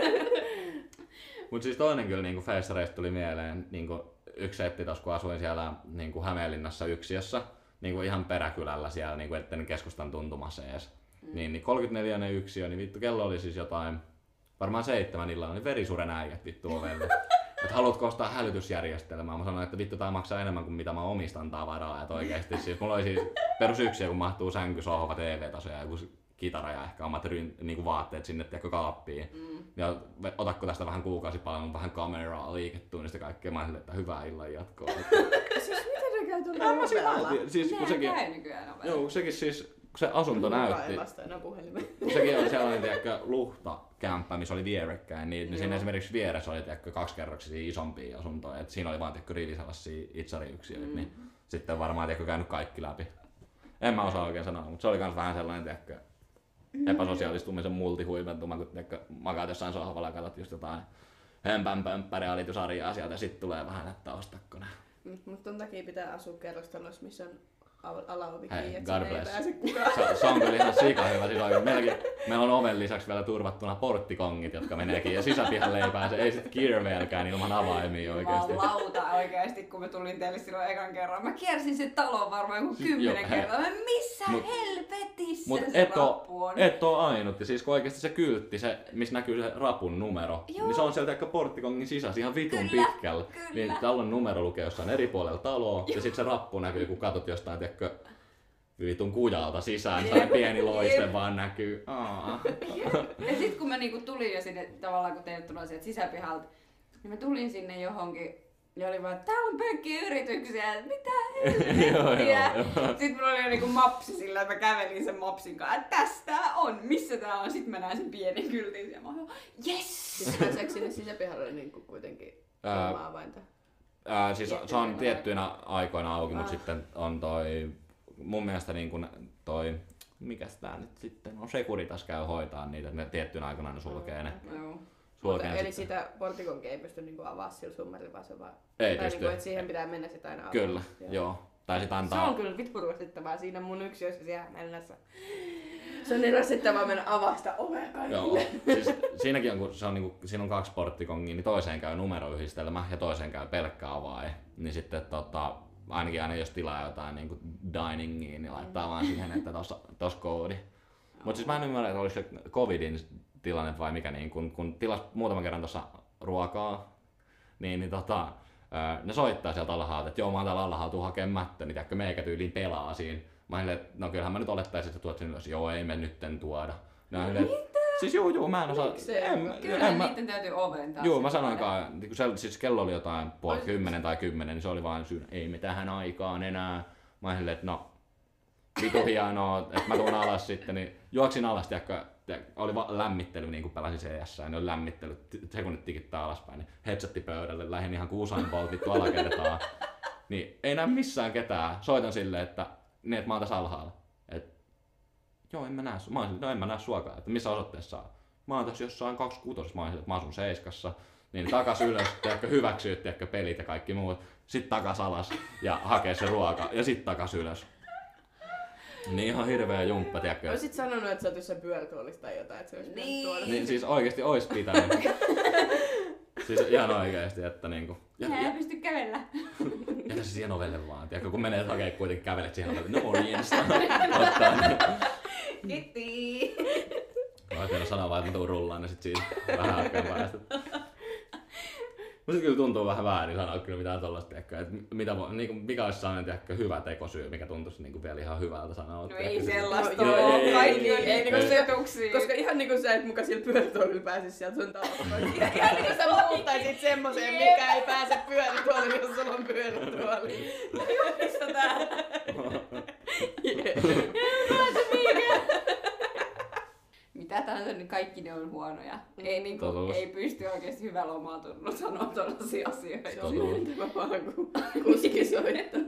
Mut siis toinen kyllä niinku feissareista tuli mieleen, niinku yksi setti tos, kun asuin siellä niinku Hämeenlinnassa yksiössä, niinku ihan peräkylällä siellä, niinku etten keskustan tuntumassa ees. Mm. Niin, niin kolmekymmentäneljä yksiö, niin vittu kello oli siis jotain, varmaan seitsemän illalla, niin verisuren äijät vittu ovelle. Että haluatko ostaa hälytysjärjestelmää? Mä sanoin, että vittu tää maksaa enemmän kuin mitä mä omistan tavaraa. Että oikeesti siis mulla oli siis perusyksiö, kun mahtuu sänky, sohva, T V-taso ja joku kitara ja ehkä omat ryn, niinku vaatteet sinne tiedätkö kaappiin. Mm. Ja otatko tästä vähän kuukausipalvelun, vähän kameraa, liiketunnista kaikkea. Mä ajattelin, että hyvää illan jatkoa. Siis miten ne käy tuolla Mä siis ovella? näytin. Siis kun sekin, käy nykyään ovella. joo, sekin siis, kun se asunto näytti, Ei vasta enää puhelimeen. kun sekin oli sellainen tiedätkö, luhtakämppä, missä oli vierekkäin, niin, niin siinä esimerkiksi vieressä oli tiedätkö, kaksikerroksisia isompia asuntoja. Et siinä oli vaan tiedätkö, rivi sellaisia itsariyksiöitä, mm. niin sitten varmaan tiedätkö, käynyt kaikki läpi. En mä osaa oikein sanoa, mutta se oli kans vähän sellainen tiedätkö, epäsosiaalistumisen multihuipentuma, kun tiedätkö, makaat jossain sohvalla ja katsot just jotain hömpänpömppä reality-sarjaa sieltä ja sit tulee vähän, että ostakko nää. Mut ton takia pitää asua kerrostalossa, missä on al- alaovi Hei, kiinni, et God sinne ei bless. pääse kukaan. Se, se on kyllä ihan sika hyvä. Siis oikein, meilläkin, meillä on oven lisäksi vielä turvattuna porttikongit, jotka meneekin ja sisäpihalle ei pääse. Ei sit kirveelkään ilman avaimia oikeesti. Jumalauta oikeesti, kun mä tulin teille silloin ekan kerran. Mä kiersin sen talon varmaan joku Siis kymmenen joo, hei. kertaa. Mä, missä Mut- helvetissä Mut se et oo, rappu on? et oo ainut. Ja siis kun oikeesti se kyltti, se, missä näkyy se rapun numero, Joo. niin se on sieltä ehkä porttikongin sisässä ihan vitun Kyllä, pitkällä. kyllä. Niin talon numero lukee jossain eri puolella taloa ja sit se rappu näkyy, kun katot jostain, tiedätkö, vitun kujalta sisään, niin pieni loiste vaan näkyy. Aa. Ja sit kun mä niinku tulin jo sinne, tavallaan kun teille tullaan sieltä sisäpihalta, niin mä tulin sinne johonkin ja oli vaan, että täällä on pelkkiä yrityksiä, että mitä Joo, helvettiä. joo, joo. Sitten mulla oli jo niinku mapsi sillä, että mä kävelin sen mapsin kanssa, että tässä tää on, missä tää on. Sitten mä näin sen pienen kyltin ja mä olin, yes! Siis pääseekö sinne sisäpihalle niinku kuitenkin Ää, ilman avainta? Ää, siis se on Tiettyinä tiettyinä aikoina auki, mutta Ah. sitten on toi, mun mielestä niin kuin toi, mikäs tää nyt sitten on, Securitas käy hoitaa niitä, että ne tiettyinä aikoina ne sulkee ne. Joo. Sulkee Mutta, eli sitten. sitä porttikonkia ei pysty niinku avaa sillä summerilla, vaan se vaan... Ei tai pysty. Niinku, että siihen pitää mennä sitä aina avaa. Kyllä, joo. Tai sit Se antaa, on kyllä vittu rasittavaa siinä mun yksiössä siellä Hämeenlinnassa. Se on niin rasittavaa mennä avaa sitä ovea joo, kaikille. siis siinäkin on, kun se on niinku, siinä on kaksi porttikongia, niin toiseen käy numeroyhdistelmä ja toiseen käy pelkkä avaaja. Niin sitten tota, ainakin aina jos tilaa jotain niinku diningiin, niin laittaa vaan siihen, että tossa, tossa koodi. Mutta siis mä en ymmärrä, että oliko se covidin tilanne vai mikä, niin kun, kun tilas muutaman kerran tuossa ruokaa, niin, niin tota, ää, ne soittaa sieltä alhaalta, että joo mä oon täällä alhaalla, tuu hakee mättö, niin tiedätkö, meikä tyyliin pelaa siinä. Mä olin, että no kyllähän mä nyt olettaisin, että tuot sen ylös, joo ei me nytten tuoda. Ne on, että, siis juu juu, mä en osaa, Miksei? en, Kyllä en mä, niitten täytyy oventaa. joo se mä ovea. sanoinkaan, niin kun se, siis kello oli jotain puoli kymmenen tai kymmenen, niin se oli vaan syyn, ei me tähän aikaan enää. Mä olin, että no, vitu hienoa, että mä tuun alas sitten, niin juoksin alas, tiedätkö, oli va- lämmittely, niin kuin pelasin C S, niin oli lämmittely, t- sekunnit tikittää alaspäin, niin headsetti pöydälle, lähdin ihan kuusainpolta vittu alakertaa, niin ei näy missään ketään. Soitan silleen, että, niin, että mä oon tässä alhaalla. Et, joo, en mä näe sua. Mä oon silleen, no en mä näe suakaan, että missä osoitteessa on. Mä oon tässä jossain kaksikymmentäkuusi, mä oon silleen, että mä asun seiskassa. Niin takas ylös, tiedätkö, hyväksyy, tiedätkö, pelit ja kaikki muut. Sitten takas alas ja hakee se ruoka ja sitten takas ylös. Niin ihan hirveä jumppa, tiedätkö. Olisit sanonut, että sä oot jossain pyörätuolissa tai jotain, että se olisi Niin. tuoda. Niin siis oikeesti ois pitänyt. Siis ihan oikeesti, että niinku. Ja, Mä ja, en pysty kävellä. ja se siihen ovelle vaan, tiedätkö, kun menee hakee kuitenkin kävelet siihen ovelle. No morjens. Ottaa. Kiitti. Mä oon sanoa vaan, että mä tuun rullaan ja sit siitä vähän aikaa päästä. Musta kyllä tuntuu vähän väärin sanoa kyllä mitään tollaista, että mitä, niinku, mikä olisi sellainen tiedätkö, hyvä tekosyy, mikä tuntuisi niinku vielä ihan hyvältä sanoa. No ei sellaista no, ole, ei, kaikki on ei, ei, niinku ei, setuksia. Koska ihan niinku sä et muka sillä pyörätuolilla pääsis sieltä sun talosta. Ihan niinku sä muuttaisit semmoseen, mikä ei pääse pyörätuolille, jos sulla on pyörätuoli. Juhlista tää. Mitä tahansa, niin kaikki ne on huonoja. Ei, niinku, ei pysty oikeesti hyvällä omaa tunnolla sanoa tollasia asioita. Se on syntyvä vaan, kun kuski soittaa.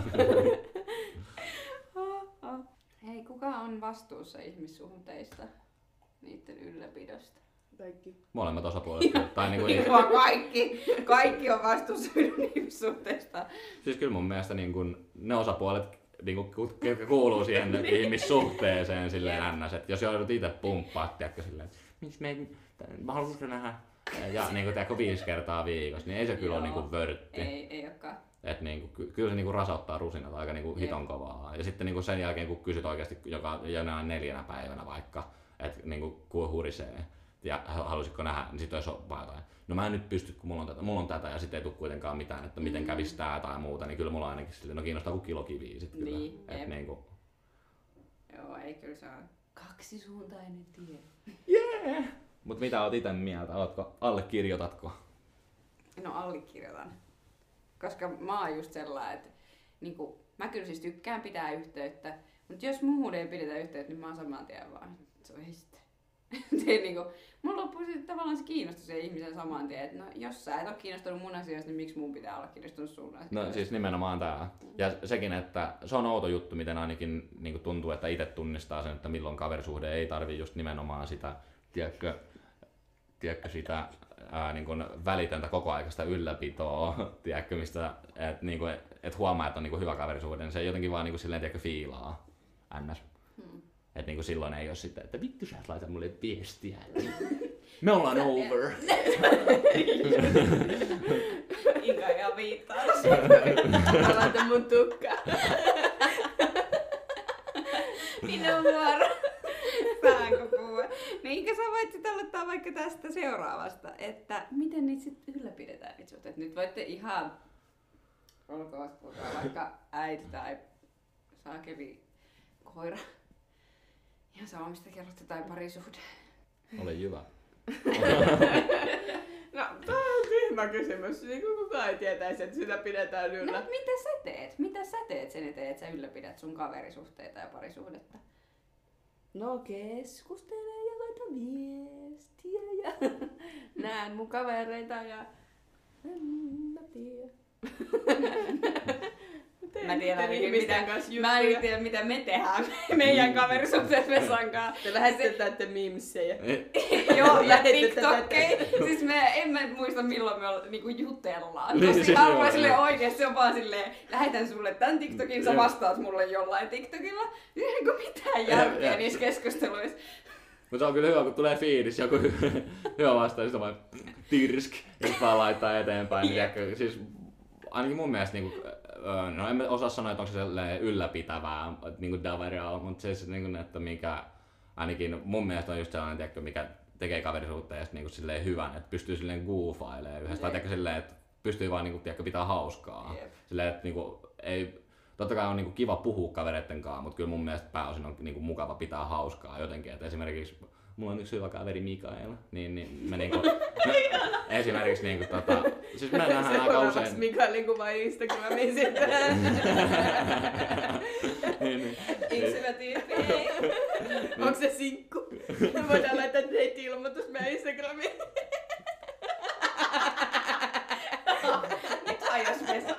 Hei, kuka on vastuussa ihmissuhteista? Niiden ylläpidosta? Kaikki. Molemmat osapuolet. Tai niinku niin kuin kaikki. Kaikki on vastuussa ihmissuhteista. Siis kyllä mun mielestä niin kun ne osapuolet, niinku, jotka kuuluu siihen ihmissuhteeseen silleen ns. Että jos joudut itse pumppaa, tiedätkö silleen, että miksi me ei, mä haluaisin nähdä ja niinku tiedätkö viisi kertaa viikossa, niin ei se kyllä ole niinku vörtti. Ei, ei olekaan. Et niinku, ky- kyllä se niinku rasauttaa rusinat aika niinku hiton kovaa. Ja sitten niinku sen jälkeen kun kysyt oikeasti joka jonain neljänä päivänä vaikka, että niinku kuinka hurisee ja halusitko nähdä, niin sitten olisi vaan jotain. No mä en nyt pysty, kun mulla on tätä, mulla on tätä ja sitten ei tule kuitenkaan mitään, että miten kävis tää tai muuta, niin kyllä mulla ainakin silleen, no kiinnostaa kuin kilokiviä sit kyllä. Niin, et niinku... Joo, ei kyllä se on kaksisuuntainen tie. Yeah! Mut mitä oot ite mieltä? Ootko, allekirjoitatko? No allekirjoitan. Koska mä oon just sellainen, että niinku, mä kyllä siis tykkään pitää yhteyttä, mutta jos muuhun ei pidetä yhteyttä, niin mä oon saman tien vaan, se on sitten. niinku, mulla loppuu sitten tavallaan se kiinnostus siihen ihmisen saman tien, että no jos sä et oo kiinnostunut mun asioista, niin miksi mun pitää olla kiinnostunut sun asioista? No siis nimenomaan tää. Ja sekin, että se on outo juttu, miten ainakin niin tuntuu, että itse tunnistaa sen, että milloin kaverisuhde ei tarvi just nimenomaan sitä, tiedätkö, tiedätkö sitä ää, niin kuin välitöntä kokoaikaista ylläpitoa, tiedätkö, mistä et, niin kuin, et huomaa, että on niin kuin hyvä kaverisuhde, niin se jotenkin vaan niin kuin silleen, tiedätkö, fiilaa ns. Hmm. Että niin kuin silloin ei ole sitten, että vittu sä et laita mulle viestiä. Me ollaan over. Inka ihan viittaa. Mä laitan mun tukkaa. Minun vuoro. Saanko puhua? Niin Inka, sä voit sit aloittaa vaikka tästä seuraavasta, että miten niitä sit ylläpidetään niitä suhteita. Nyt voitte ihan, olkoon vaikka äiti tai saakeli koira. Ihan sama, mistä kerrotte, tai parisuhde. Ole hyvä. No, tää on tyhmä kysymys. Niin kuin kukaan ei tietäisi, että sitä pidetään yllä. No, mitä sä teet? Mitä sä teet sen eteen, että sä ylläpidät sun kaverisuhteita ja parisuhdetta? No keskustelen ja laitan viestiä ja näen mun kavereita ja en mä tiedä. Mä tiedän ainakin, mitä, kanssa mä en tiedä, mitä me tehdään meidän kaverisuhteet Vesan kanssa. Te lähetetään meemsejä. Joo, ja TikTokkeja. Siis me, en mä muista milloin me niinku jutellaan. Niin, Tosi siis harvoin joo, silleen joo. oikeesti, se on vaan silleen, lähetän sulle tän TikTokin, sä Joo. vastaat mulle jollain TikTokilla. Ei niinku mitään järkeä Joo. niissä keskusteluissa. Mutta se on kyllä hyvä, kun tulee fiilis, joku hyvä vastaan, niin se vaan tirsk, ja sit vaan laittaa eteenpäin. Niin, tiedätkö, siis ainakin mun mielestä, niin kuin, no en mä osaa sanoa, että onko se ylläpitävää niin kuin daveria, mutta se, niin kuin, että mikä ainakin mun mielestä on just sellainen, tiedätkö, mikä tekee kaverisuhteesta niin kuin silleen hyvän, että pystyy silleen goofailemaan yhdessä, tai tiedätkö, silleen, että pystyy vaan niin kuin, tiedätkö, pitää hauskaa. Jep. Silleen, että niin kuin, ei, totta kai on niin kuin, kiva puhua kavereitten kanssa, mutta kyllä mun mielestä pääosin on niin kuin, mukava pitää hauskaa jotenkin, että esimerkiksi mulla on yksi hyvä kaveri Mikael, niin, niin me niinku, me, esimerkiksi niinku tota, siis me nähdään aika usein. Mikaelin kuva Instagramin sitten. niin, niin, Yksi hyvä tyyppi. Onko se sinkku? Me voidaan laittaa date-ilmoitus meidän Instagramiin. Nyt hajas Vesa.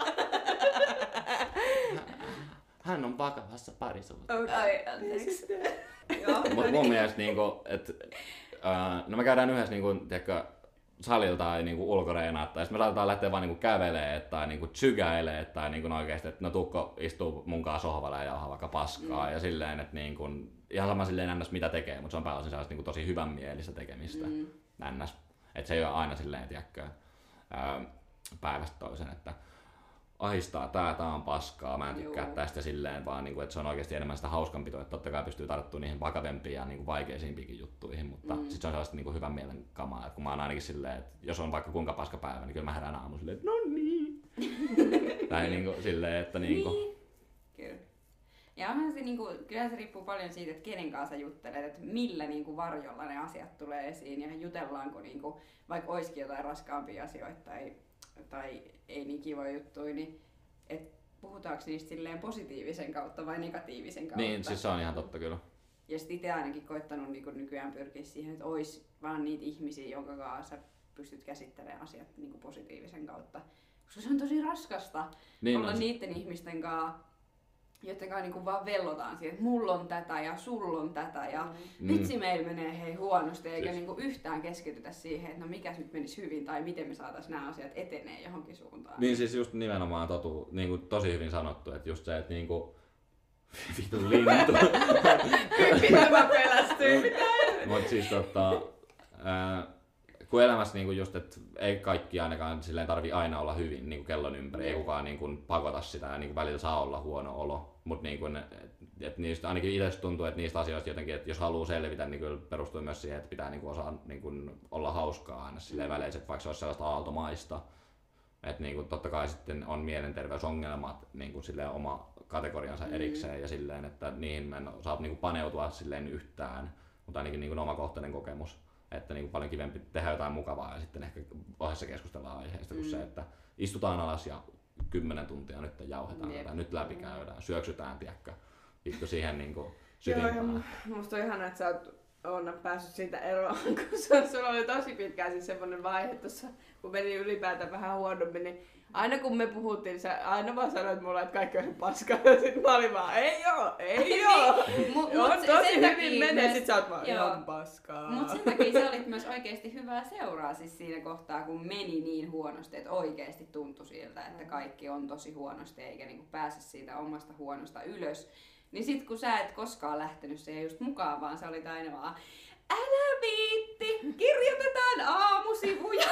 Hän on vakavassa parisuhteessa. Ai, anteeksi. Joo, Mut mun mielestä niinku, et, äh, no me käydään yhdessä niinku, tiedätkö, salilla tai niinku ulkoreenaa, tai sitten me saatetaan lähteä vaan niinku kävelee tai niinku tsykäilee tai niinku oikeesti, että no Tukko istuu mun kanssa sohvalle ja jauhaa vaikka paskaa mm. ja silleen, että niinku, ihan sama silleen ns mitä tekee, mutta se on pääosin sellaista niinku tosi hyvänmielistä tekemistä mm. ns. Että se ei ole aina silleen, tiedätkö, äh, päivästä toisen, että ahistaa tää, tää on paskaa, mä en tykkää Joo. tästä silleen, vaan niinku, että se on oikeasti enemmän sitä hauskanpitoa, että totta kai pystyy tarttumaan niihin vakavempiin ja niinku vaikeisiinkin juttuihin, mutta mm. sit se on sellaista niinku hyvän mielen kamaa, että kun mä oon ainakin silleen, että jos on vaikka kuinka paska päivä, niin kyllä mä herään aamulla silleen, että no niin. Tai niinku silleen, että niinku. Niin. Kyllä. Ja onhan se, niinku, kyllä se riippuu paljon siitä, että kenen kanssa juttelet, että millä niinku varjolla ne asiat tulee esiin ja jutellaanko niinku, vaikka olisikin jotain raskaampia asioita tai, tai ei niin kivoja juttuja, niin et puhutaanko niistä silleen positiivisen kautta vai negatiivisen kautta. Niin, siis se on ihan totta kyllä. Ja sit itse ainakin koittanut niinku nykyään pyrkiä siihen, että olisi vaan niitä ihmisiä, jonka kanssa pystyt käsittelemään asiat niinku positiivisen kautta. Koska se on tosi raskasta Niin olla on. niiden ihmisten kanssa, joiden kanssa niinku vaan vellotaan siihen, että mulla on tätä ja sulla on tätä ja Mm. vitsi meillä menee hei huonosti, eikä Siis- niinku yhtään keskitytä siihen, että no mikäs nyt menisi hyvin tai miten me saatais nämä asiat etenee johonkin suuntaan. Niin siis just nimenomaan totu, niinku tosi hyvin sanottu, että just se, että niinku vitun lintu. Mitä mä pelästyin? Mut siis tota, ää, kun elämässä niinku just, että ei kaikki ainakaan silleen tarvii aina olla hyvin niinku kellon ympäri, ei kukaan niinku pakota sitä ja niinku välillä saa olla huono olo, mut niinku, et, et niistä ainakin itse tuntuu, että niistä asioista jotenkin, että jos haluaa selvitä, niin kyllä perustuu myös siihen, että pitää niinku osaa niinku olla hauskaa aina silleen väleissä, että vaikka se olisi sellaista aaltomaista. Että niinku totta kai sitten on mielenterveysongelmat niinku silleen oma kategoriansa erikseen ja silleen, että niihin mä en saa niinku paneutua silleen yhtään, mutta ainakin niinku omakohtainen kokemus, että niinku paljon kivempi tehdä jotain mukavaa ja sitten ehkä ohessa keskustellaan aiheesta kuin Mm. se, että istutaan alas ja kymmenen tuntia nyt jauhetaan Jep. tätä, nyt läpikäydään, syöksytään, tiedätkö, vittu siihen niinku Joo, syvimpään. ja mu- musta on ihanaa, että sä oot Onna päässyt siitä eroon, kun se, sulla oli tosi pitkään siis semmonen vaihe tuossa, kun meni ylipäätään vähän huonommin, niin aina kun me puhuttiin, sä aina vaan sanoit mulle, että kaikki on paskaa, ja sit mä olin vaan, ei oo, ei oo. Mut, Joo, mut se- tosi sen hyvin takia menee, myös- sit sä oot vaan joo. ihan paskaa. Mut sen takia se olit myös oikeesti hyvää seuraa siis siinä kohtaa, kun meni niin huonosti, että oikeesti tuntui siltä, että kaikki on tosi huonosti eikä niinku pääse siitä omasta huonosta ylös. Niin sit kun sä et koskaan lähtenyt siihen just mukaan, vaan sä olit aina vaan, älä viitti, kirjoitetaan aamusivuja.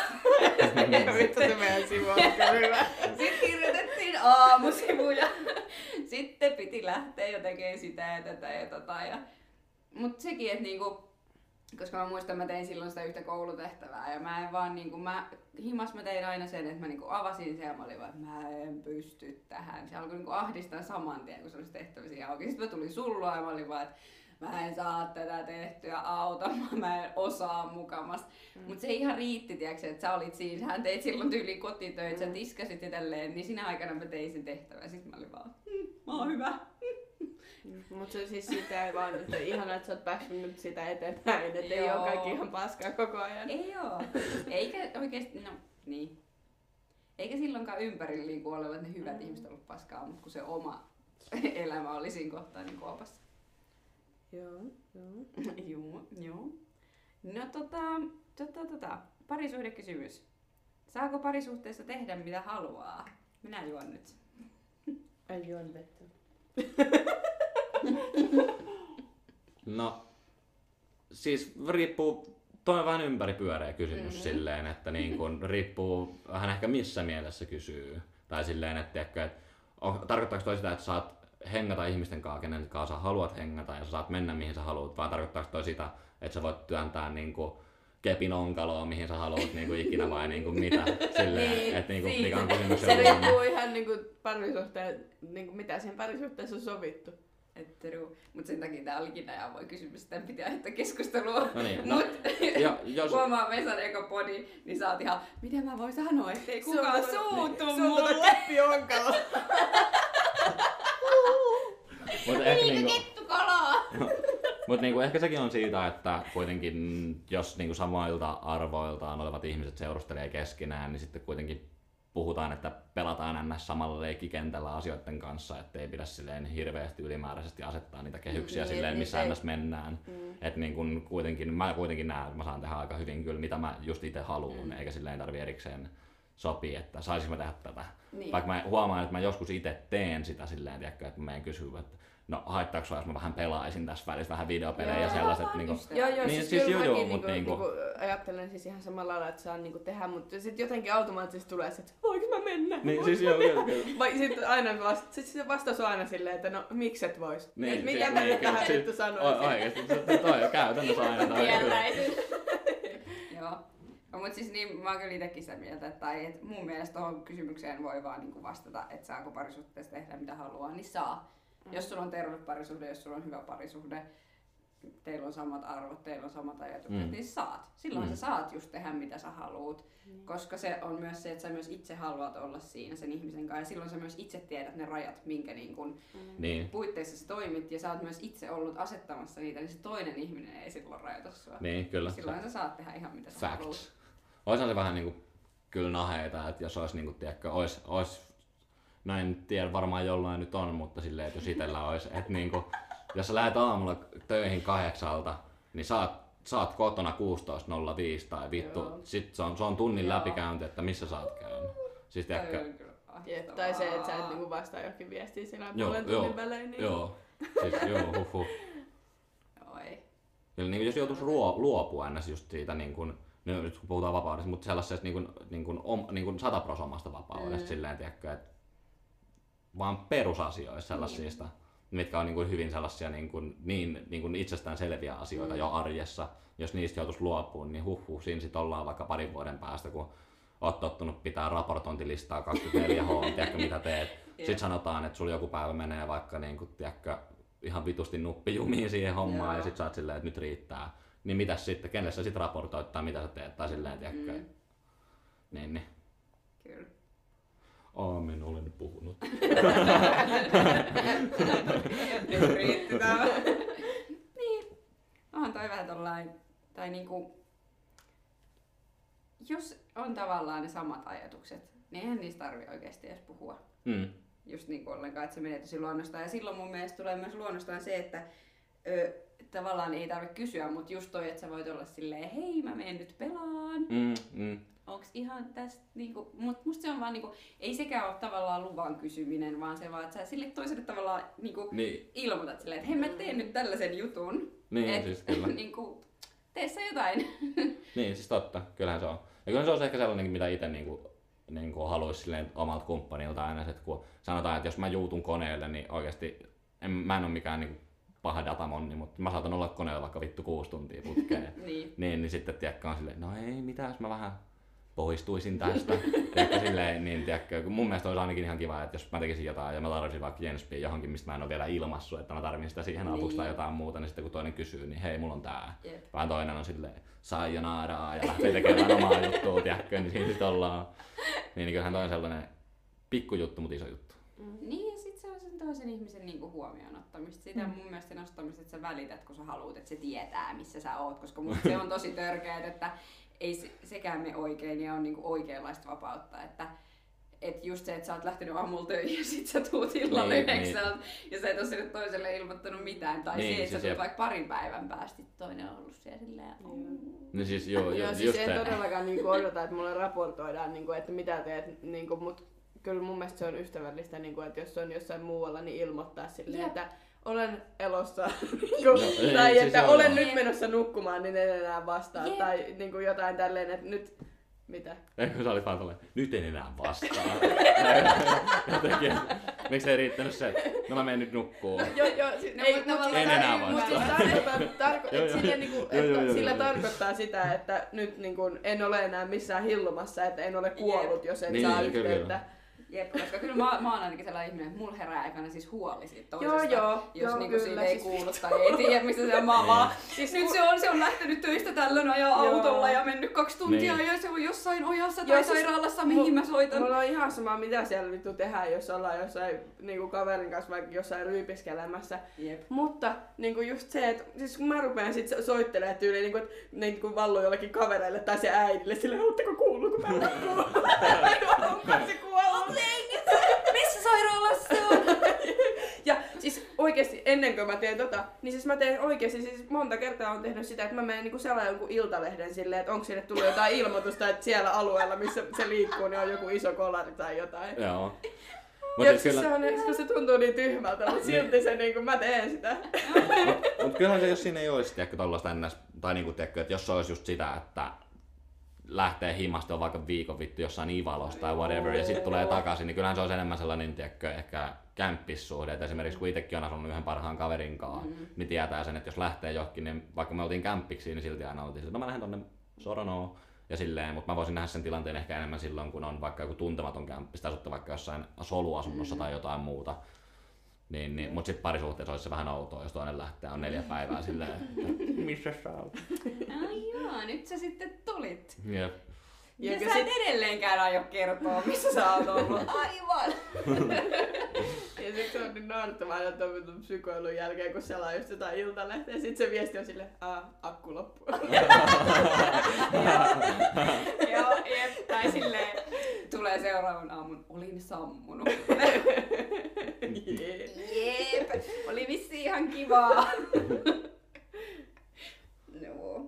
Vittu se meidän sivu on kyllä hyvä. Sitten kirjoitettiin aamusivuja. Sitten piti lähteä jo tekemään sitä ja tätä ja tota. Ja... Mut sekin, että niinku, koska mä muistan, mä tein silloin sitä yhtä koulutehtävää ja mä en vaan niinku, mä, himas mä tein aina sen, että mä niinku avasin sen ja mä olin vaan, että mä en pysty tähän. Se alkoi niinku ahdistaa saman tien, kun se olisi tehtävä siinä auki. Sitten mä tulin sullua ja mä olin vaan, että mä en saa tätä tehtyä, auta, mä en osaa mukamas. Mm. Mut se ihan riitti, tiiäks, että sä olit siinä, hän teit silloin tyyliin kotitöitä, mm. sä tiskasit ja tälleen, niin siinä aikana mä tein sen tehtävän. Sitten mä olin vaan, hm, mä oon hyvä. Mut se siis sitä ei vaan, että ihanaa, että sä oot päässyt nyt sitä eteenpäin, että ei Joo. oo kaikki ihan paskaa koko ajan. Ei oo. Eikä oikeesti, no niin. Eikä silloinkaan ympärillä liiku olevat ne hyvät mm. ihmiset ollut paskaa, mutta kun se oma elämä oli siinä kohtaa niin kuopassa. Joo, joo. Joo, joo. No tota, tota, tota, parisuhdekysymys. Saako parisuhteessa tehdä mitä haluaa? Minä juon nyt. Ai juon vettä. No, siis riippuu, toi on vähän ympäripyöreä kysymys Mm-hmm. silleen, että niin kun riippuu vähän ehkä missä mielessä kysyy. Tai silleen, että, tiedätkö, että on, tarkoittaako toi sitä, että saat hengata ihmisten kanssa, kenen kanssa sä haluat hengata ja sä saat mennä mihin sä haluat, vai tarkoittaako toi sitä, että sä voit työntää niin kuin kepin onkaloon, mihin sä haluat niin kuin ikinä vai niin kuin mitä, silleen, Niin, että niin kuin, siitä. mikä on kysymys. Se riippuu ihan niinku parisuhteen, niinku mitä siinä parisuhteessa on sovittu. Etteru. Mut sen takia tää olikin näin avoin kysymys, että pitää aiheuttaa keskustelua. No niin, no, Mut ja, jos, huomaa Vesan eka podi, niin sä oot ihan, miten mä voin sanoa, ettei kukaan Sulla- suutu Sulla mulle. on keppi onkalo. mutta ehkä Niin niin kuin, kettukalaa. Mutta niinku ehkä sekin on siitä, että kuitenkin jos niinku samoilta arvoiltaan olevat ihmiset seurustelee keskenään, niin sitten kuitenkin puhutaan, että pelataan ns. Samalla leikkikentällä asioiden kanssa, ettei pidä silleen hirveästi ylimääräisesti asettaa niitä kehyksiä Niin, silleen, niin missä se- ns. Mennään. Mm. Et niin kun kuitenkin, mä kuitenkin näen, että mä saan tehdä aika hyvin kyllä mitä mä just itse haluun, Mm. eikä silleen tarvi erikseen sopii, että saisinko mä tehdä tätä. Niin. Vaikka mä huomaan, että mä joskus itse teen sitä silleen, tiedätkö, että mä menen kysyä, että no haittaako sua, jos mä vähän pelaisin tässä välissä vähän videopelejä Joo, ja sellaiset. vaan Niinku, just Joo, joo, Niin, siis, siis kyllä joo, joo, mäkin mut niinku, niinku- niinku, ajattelen siis ihan samalla lailla, että saan niinku tehdä, mutta sitten jotenkin automaattisesti tulee se, että voinko mä mennä? Niin, Voinko siis mä joo, mennä? kyllä, kyllä. Vai sitten aina vasta, sit se vastaus on aina silleen, että no mikset vois? Niin, Et mitä siis- mä niin, nyt tähän kyllä, nyt siis- sanoisin? o- Oikeesti, se- toi on käytännössä aina. toi kyllä. Tietäisin. Joo. No, mutta siis niin, mä oon kyllä itekin sitä mieltä, että, tai, että mun mielestä tuohon kysymykseen voi vaan niin kuin vastata, että saako parisuhteessa tehdä mitä haluaa, niin saa. Mm. Jos sulla on terve parisuhde, jos sulla on hyvä parisuhde, teillä on samat arvot, teillä on samat ajatukset, Mm. niin saat. Silloin Mm. sä saat just tehdä mitä sä haluut, mm. koska se on myös se, että sä myös itse haluat olla siinä sen ihmisen kanssa, ja silloin sä myös itse tiedät ne rajat, minkä niin kun Niin. puitteissa sä toimit, ja sä oot myös itse ollut asettamassa niitä, niin se toinen ihminen ei silloin rajoita sua. Niin, kyllä. Silloin sä saat tehdä ihan mitä sä haluat. Facts. Oishan se vähän niinku kyllä naheita, että jos olisi niinku, tiedätkö, ois, ois, no en tiedä, varmaan jollain nyt on, mutta silleen, että jos itellä olisi, että niinku, jos sä lähdet aamulla töihin kahdeksalta, niin saat, saat kotona kuusitoista nolla viisi tai vittu, Joo. sit se on, se on tunnin Joo. läpikäynti, että missä sä oot käynyt. Siis Toi tiedätkö, on kyllä Jep, tai se, että sä et ahdistavaa. niinku vastaa johonkin viestiin siinä Joo, puolen joo, tunnin välein. Niin... joo, siis joo, huh, huh. Joo, ei. Kyllä niin jos joutuisi ruo, luopua ennäs just siitä, niin kun, nyt kun puhutaan vapaudesta, mutta sellaisesta niin kun, niin kun, om, niin kun sataprosomasta vapaudesta, mm. silleen, tiedätkö, että vaan perusasioissa sellaisista, mm. mitkä on niin kun, hyvin sellaisia niin, kun, niin, niin kun itsestään selviä asioita mm. jo arjessa. Jos niistä joutuisi luopuun, niin huh, huh siinä sit ollaan vaikka parin vuoden päästä, kun oot tottunut pitää raportointilistaa kaksikymmentäneljä H, tiedätkö mitä teet. Sitten sanotaan, että sulla joku päivä menee vaikka niin kun, tiedätkö, ihan vitusti nuppijumiin siihen hommaan Joo. ja sit sä oot silleen, että nyt riittää. Niin mitäs sitten, kenelle sä sit raportoit tai mitä sä teet tai silleen, tiedätkö. Mm. Niin, niin. Kyllä. Aamen, olen puhunut. Nyt riitti tämä. Niin. Onhan toi vähän tollain, tai niinku, jos on tavallaan ne samat ajatukset, niin eihän niistä tarvi oikeasti edes puhua. Mm. Just niin kuin ollenkaan, että se menee tosi luonnostaan. Ja silloin mun mielestä tulee myös luonnostaan se, että ö, tavallaan ei tarvitse kysyä, mutta just toi, että sä voit olla silleen, hei mä menen nyt pelaan. Mm, mm. Onks ihan tästä niinku, mut musta se on vaan niinku, ei sekään ole tavallaan luvan kysyminen, vaan se vaan, että sä sille toiselle tavallaan niinku Niin, ilmoitat silleen, että hei mä teen nyt tällaisen jutun. niin Et, siis kyllä. niinku, tee sä jotain. Niin, siis totta, kyllähän se on. Ja kyllä se on ehkä sellainen, mitä itse niinku, niinku haluaisi silleen omalta kumppanilta aina, että kun sanotaan, että jos mä juutun koneelle, niin oikeasti en, mä en ole mikään niinku paha datamonni, mutta mä saatan olla koneella vaikka vittu kuusi tuntia putkeen. Niin. niin, niin sitten tiedätkö on silleen, no ei mitään, jos mä vähän poistuisin tästä. Tiedätkö, silleen, niin tiedätkö, mun mielestä olisi ainakin ihan kiva, että jos mä tekisin jotain ja mä tarvitsin vaikka Jenspiin johonkin, mistä mä en ole vielä ilmassut, että mä tarvitsin sitä siihen avuksi Niin. tai jotain muuta, niin sitten kun toinen kysyy, niin hei, mulla on tää. Jep. Vaan toinen on silleen, sayonara ja lähtee tekemään omaa juttua, tiedätkö, niin siinä sitten ollaan. Niin, niin kyllähän toi on sellainen pikkujuttu, mutta iso juttu. Niin, ja sit se on sen toisen ihmisen niinku huomioon ottamista. Sitä mm. mun mielestä nostamista, että sä välität, kun sä haluut, että se tietää, missä sä oot. Koska musta se on tosi törkeä, että ei se, sekään me oikein ja on niinku oikeanlaista vapautta. Että et just se, että sä oot lähtenyt aamulla töihin ja sit sä tuut illalla Niin, yhdeksältä ja sä et oo sille toiselle ilmoittanut mitään. Tai Niin, se, että siis sä tuut jep. vaikka parin päivän päästä, toinen on ollut siellä silleen. No siis joo, joo, Joo, siis just en se. todellakaan niinku odota, että mulle raportoidaan, niinku, että mitä teet, niinku, mutta kyllä mun mielestä se on ystävällistä, niinku, että jos on jossain muualla, niin ilmoittaa silleen, Jep. että olen elossa, niinku, Joo, ei, tai siis että joo, olen joo. nyt menossa nukkumaan, niin en enää vastaa, Jep. tai niinku, jotain tälleen, että nyt, mitä? Eikö sä olit vaan tolleen, nyt en enää vastaa. Jotenkin, miksi ei riittänyt se, että no mä menen nyt nukkuun. Joo, joo, si- No, ei, mut mut tavallaan- siis En enää tar- mut vastaa. siis tarkoittaa, tarko- Joo, et joo. sillä, niinku, Joo, että joo, joo, sillä joo. tarkoittaa sitä, että nyt niinku, en ole enää missään hillumassa, että en ole kuollut, jos en Niin, saa kyllä, yhteyttä. Jep, koska kyllä mä, mä oon ainakin sellainen ihminen, että mulla herää aikana siis huoli siitä Joo, toisesta. joo, jos joo, niinku kyllä, siitä ei siis- kuulu tai ei tiedä, missä se on. Mä oon vaan, siis nyt se on, se on lähtenyt töistä tällöin ajaa Joo. autolla ja mennyt kaksi tuntia Niin. ja se on jossain ojassa Joo, tai siis sairaalassa, mihin mä soitan. Mulla on ihan sama, mitä siellä vittu tehdään, jos ollaan jossain niinku kaverin kanssa vaikka jossain ryypiskelemässä. Jep. Mutta niinku just se, että siis kun mä rupean sit soittelemaan tyyliin, niinku, että niinku valuu jollekin kavereille tai se äidille, silleen, ootteko kuullut, kun mä nukkuu? Onko se kuollut? Missä sairaalassa se on? Ja siis oikeesti ennen kuin mä teen tota, niin siis mä teen oikeesti, siis monta kertaa on tehnyt sitä, että mä menen niinku selaa jonkun iltalehden silleen, että onko sinne tullut jotain ilmoitusta, että siellä alueella, missä se liikkuu, niin on joku iso kolari tai jotain. Joo. Mut ja siis kyllä... se, on, kun se tuntuu niin tyhmältä, mutta silti se niinku, mä teen sitä. Mutta mut kyllähän se, jos siinä ei olisi tiedätkö, tollaista ennäs, tai niinku, tiedätkö, että jos se olisi just sitä, että lähtee himasta on vaikka viikon vittu jossain Ivalossa tai whatever, ja sitten tulee takaisin, niin kyllähän se olisi enemmän sellainen, tiedätkö, ehkä kämppissuhde. Et esimerkiksi kun itsekin on asunut yhden parhaan kaverin kanssa, mm. niin tietää sen, että jos lähtee johonkin, niin vaikka me oltiin kämppiksi, niin silti aina oltiin, että no mä lähden tonne Soronoon ja silleen, mutta mä voisin nähdä sen tilanteen ehkä enemmän silloin, kun on vaikka joku tuntematon kämppis, tai asutte vaikka jossain soluasunnossa mm. tai jotain muuta. Niin, niin, mutta sitten parisuhteessa olisi se vähän outoa, jos toinen lähtee, on neljä päivää silleen, että missä sä oot? Ai joo, nyt sä sitten tulit. Jep. Ja, ja sä et edelleenkään aio kertoa, missä sä oot ollut. Aivan! Ja sit se on niin naurettavaa, että on psykoilun jälkeen, kun selaa just jotain iltalehteä, ja sit se viesti on silleen, aah, akku loppuu. Joo, jep, tai silleen, tulee seuraavan aamun, olin sammunut. Jep. Jep, oli vissiin ihan kivaa. No.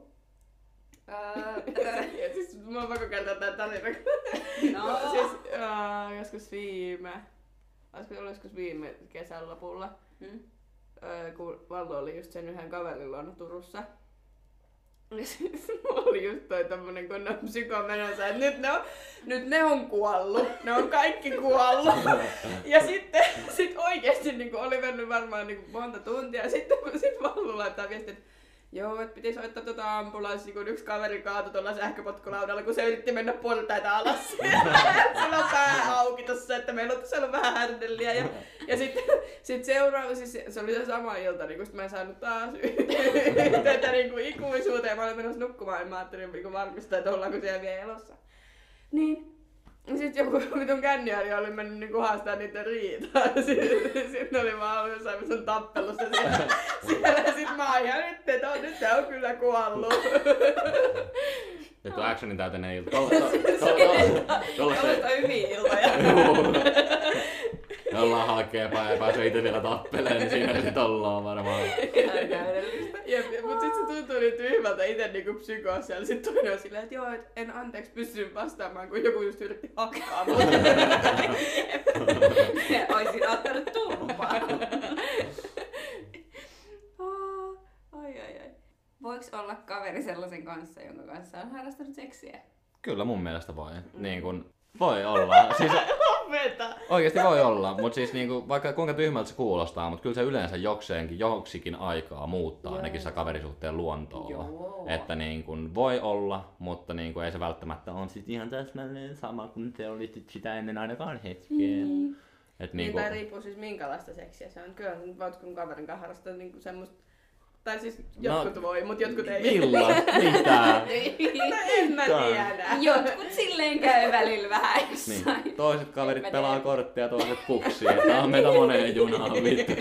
Uh, ja siis mä oon pakko kertoa tää tarina. No. Siis uh, joskus viime, olisiko ollut joskus viime kesän lopulla, hmm? uh, kun Vallo oli just sen yhden kaverin luona Turussa. Ja siis mulla oli just toi tommonen kunnon psyko menossa, että nyt ne on, nyt ne on kuollut. Ne on kaikki kuollut. Ja sitten sit oikeesti niin oli mennyt varmaan niin monta tuntia. Ja sitten sit Vallo laittaa viestiä, että joo, että piti soittaa tota ambulanssia, kun yksi kaveri kaatui tuolla sähköpotkulaudalla, kun se yritti mennä portaita alas. Sillä on pää auki tossa, että meillä on tossa ollut vähän härdelliä. Ja, ja sitten sit seuraava, siis se oli se sama ilta, niin kun sit mä en saanut taas yhteyttä niin ikuisuuteen. Mä olin menossa nukkumaan, ja mä ajattelin niin varmistaa, että ollaanko siellä vielä elossa. Niin. Sitten joku vitun känniäri oli mennyt niinku haastaa niitä riitaa. Sitten sit oli vaan ollut jossain vitun tappelussa siellä. Siellä sit mä oon ihan nyt, että on, nyt se on kyllä kuollut. Joku actionin täyteinen ilta. Tuollaista hyviä iltoja. Me ollaan halkeapaa ja pääsee itse vielä tappeleen, niin siinä sit ollaan varmaan. Ihan täydellistä. Jep, mut sit se tuntuu niin tyhmältä ite niinku psykoa siellä. Sit toinen on silleen, että joo, et en anteeksi pysty vastaamaan, kun joku just yritti hakkaa mut. Oisin ottanut turpaa. Ai ai ai. Voiks olla kaveri sellaisen kanssa, jonka kanssa on harrastanut seksiä? Kyllä mun mielestä voi. Mm. Niin kun, voi olla. Siis, oikeesti voi olla, mutta siis niinku, vaikka kuinka tyhmältä se kuulostaa, mutta kyllä se yleensä jokseenkin, joksikin aikaa muuttaa Joo. ainakin se kaverisuhteen luontoa. Joo. Että niin kun, voi olla, mutta niin kun, ei se välttämättä ole sit ihan täsmälleen sama kuin te olisit sitä ennen ainakaan hetkeen. Mm. Et niin, niinku... tai riippuu siis minkälaista seksiä se on. Kyllä voit kun kaverin kanssa harrastaa niinku semmoista. Tai siis jotkut no, voi, mut jotkut ei. Milla? Mitä? En mä tiedä. Jotkut silleen käy välillä vähän jossain. Niin. Toiset kaverit pelaa korttia, toiset puksia. Tää on meitä moneen junaan vittu.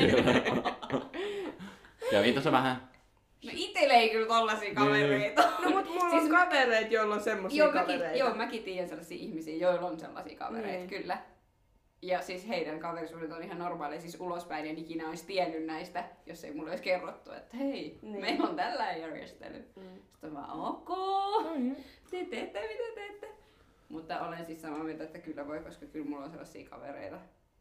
Ja viin tossa vähän. No itelle ei kyllä tollasia kavereita. No mut mulla siis on kavereita, joilla on semmosia joo, kavereita. Mäkin, joo, mäkin tiedän sellaisia ihmisiä, joilla on sellaisia kavereita, niin. Kyllä. Ja siis heidän kaverisuudet on ihan normaaleja, siis ulospäin en ikinä olisi tiennyt näistä, jos ei mulle olisi kerrottu, että hei, niin. Meillä on tällä järjestely. Mm. Sitten on vaan ok, mm-hmm. Te teette mitä teette. Mutta olen siis samaa mieltä, että kyllä voi, koska kyllä mulla on sellaisia kavereita,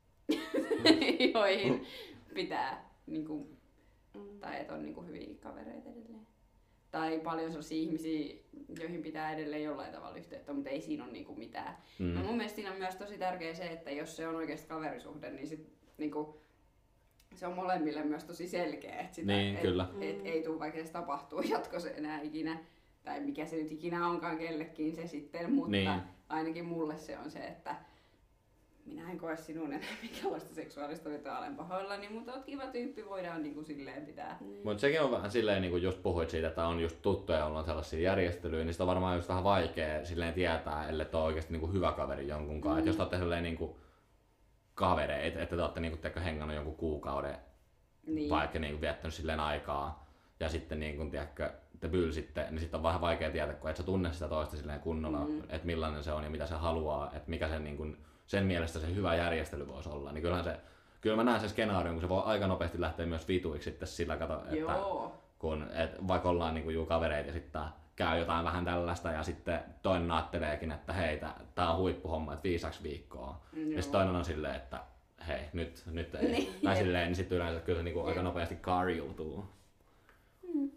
joihin pitää, niinku, tai että on niinku hyviä kavereita edelleen. Tai paljon sellaisia ihmisiä, joihin pitää edelleen jollain tavalla yhteyttä, mutta ei siinä ole niinku mitään. Mm. No mun mielestä siinä on myös tosi tärkeää se, että jos se on oikeasti kaverisuhde, niin sit, niinku, se on molemmille myös tosi selkeä. Että sitä, niin, et, kyllä. Et, et, ei tule vaikka edes tapahtua jatkossa enää ikinä, tai mikä se nyt ikinä onkaan kellekin se sitten, mutta niin. Ainakin mulle se on se, että minä en koe sinun enää minkälaista seksuaalista vetoa, olen pahoillani, mutta olet kiva tyyppi, voidaan niin kuin silleen pitää. Mm. Mutta sekin on vähän silleen, niin kuin just puhuit siitä, että on just tuttuja, joilla on sellaisia järjestelyjä, niin sitä on varmaan just vähän vaikea silleen tietää, ellei ole oikeasti niin kuin hyvä kaveri jonkun kanssa. Mm. Jos te olette silleen niin kuin kavereita, että te olette niin kuin hengannut jonkun kuukauden, niin. Vaikka niin kuin viettänyt silleen aikaa, ja sitten niin kuin, tiedätkö, te bylsitte, niin sitten on vähän vaikea tietää, kun et sä tunne sitä toista silleen kunnolla, mm. että millainen se on ja mitä se haluaa, että mikä sen niin kuin, sen mielestä se hyvä järjestely voisi olla, niin kyllähän se kyllä mä näen sen skenaarion, kun se voi aika nopeasti lähteä myös vituiksi sitten sillä kato, että Joo. kun et vaikka ollaan niinku juu kavereita ja sitten käy jotain vähän tällaista ja sitten toinen ajatteleekin, että hei, tää on huippuhomma, että viisaksi viikkoa. Joo. Ja sitten toinen on silleen, että hei, nyt, nyt ei. Niin. Tai silleen, niin sitten yleensä kyllä se niinku aika nopeasti karjuutuu. Mm.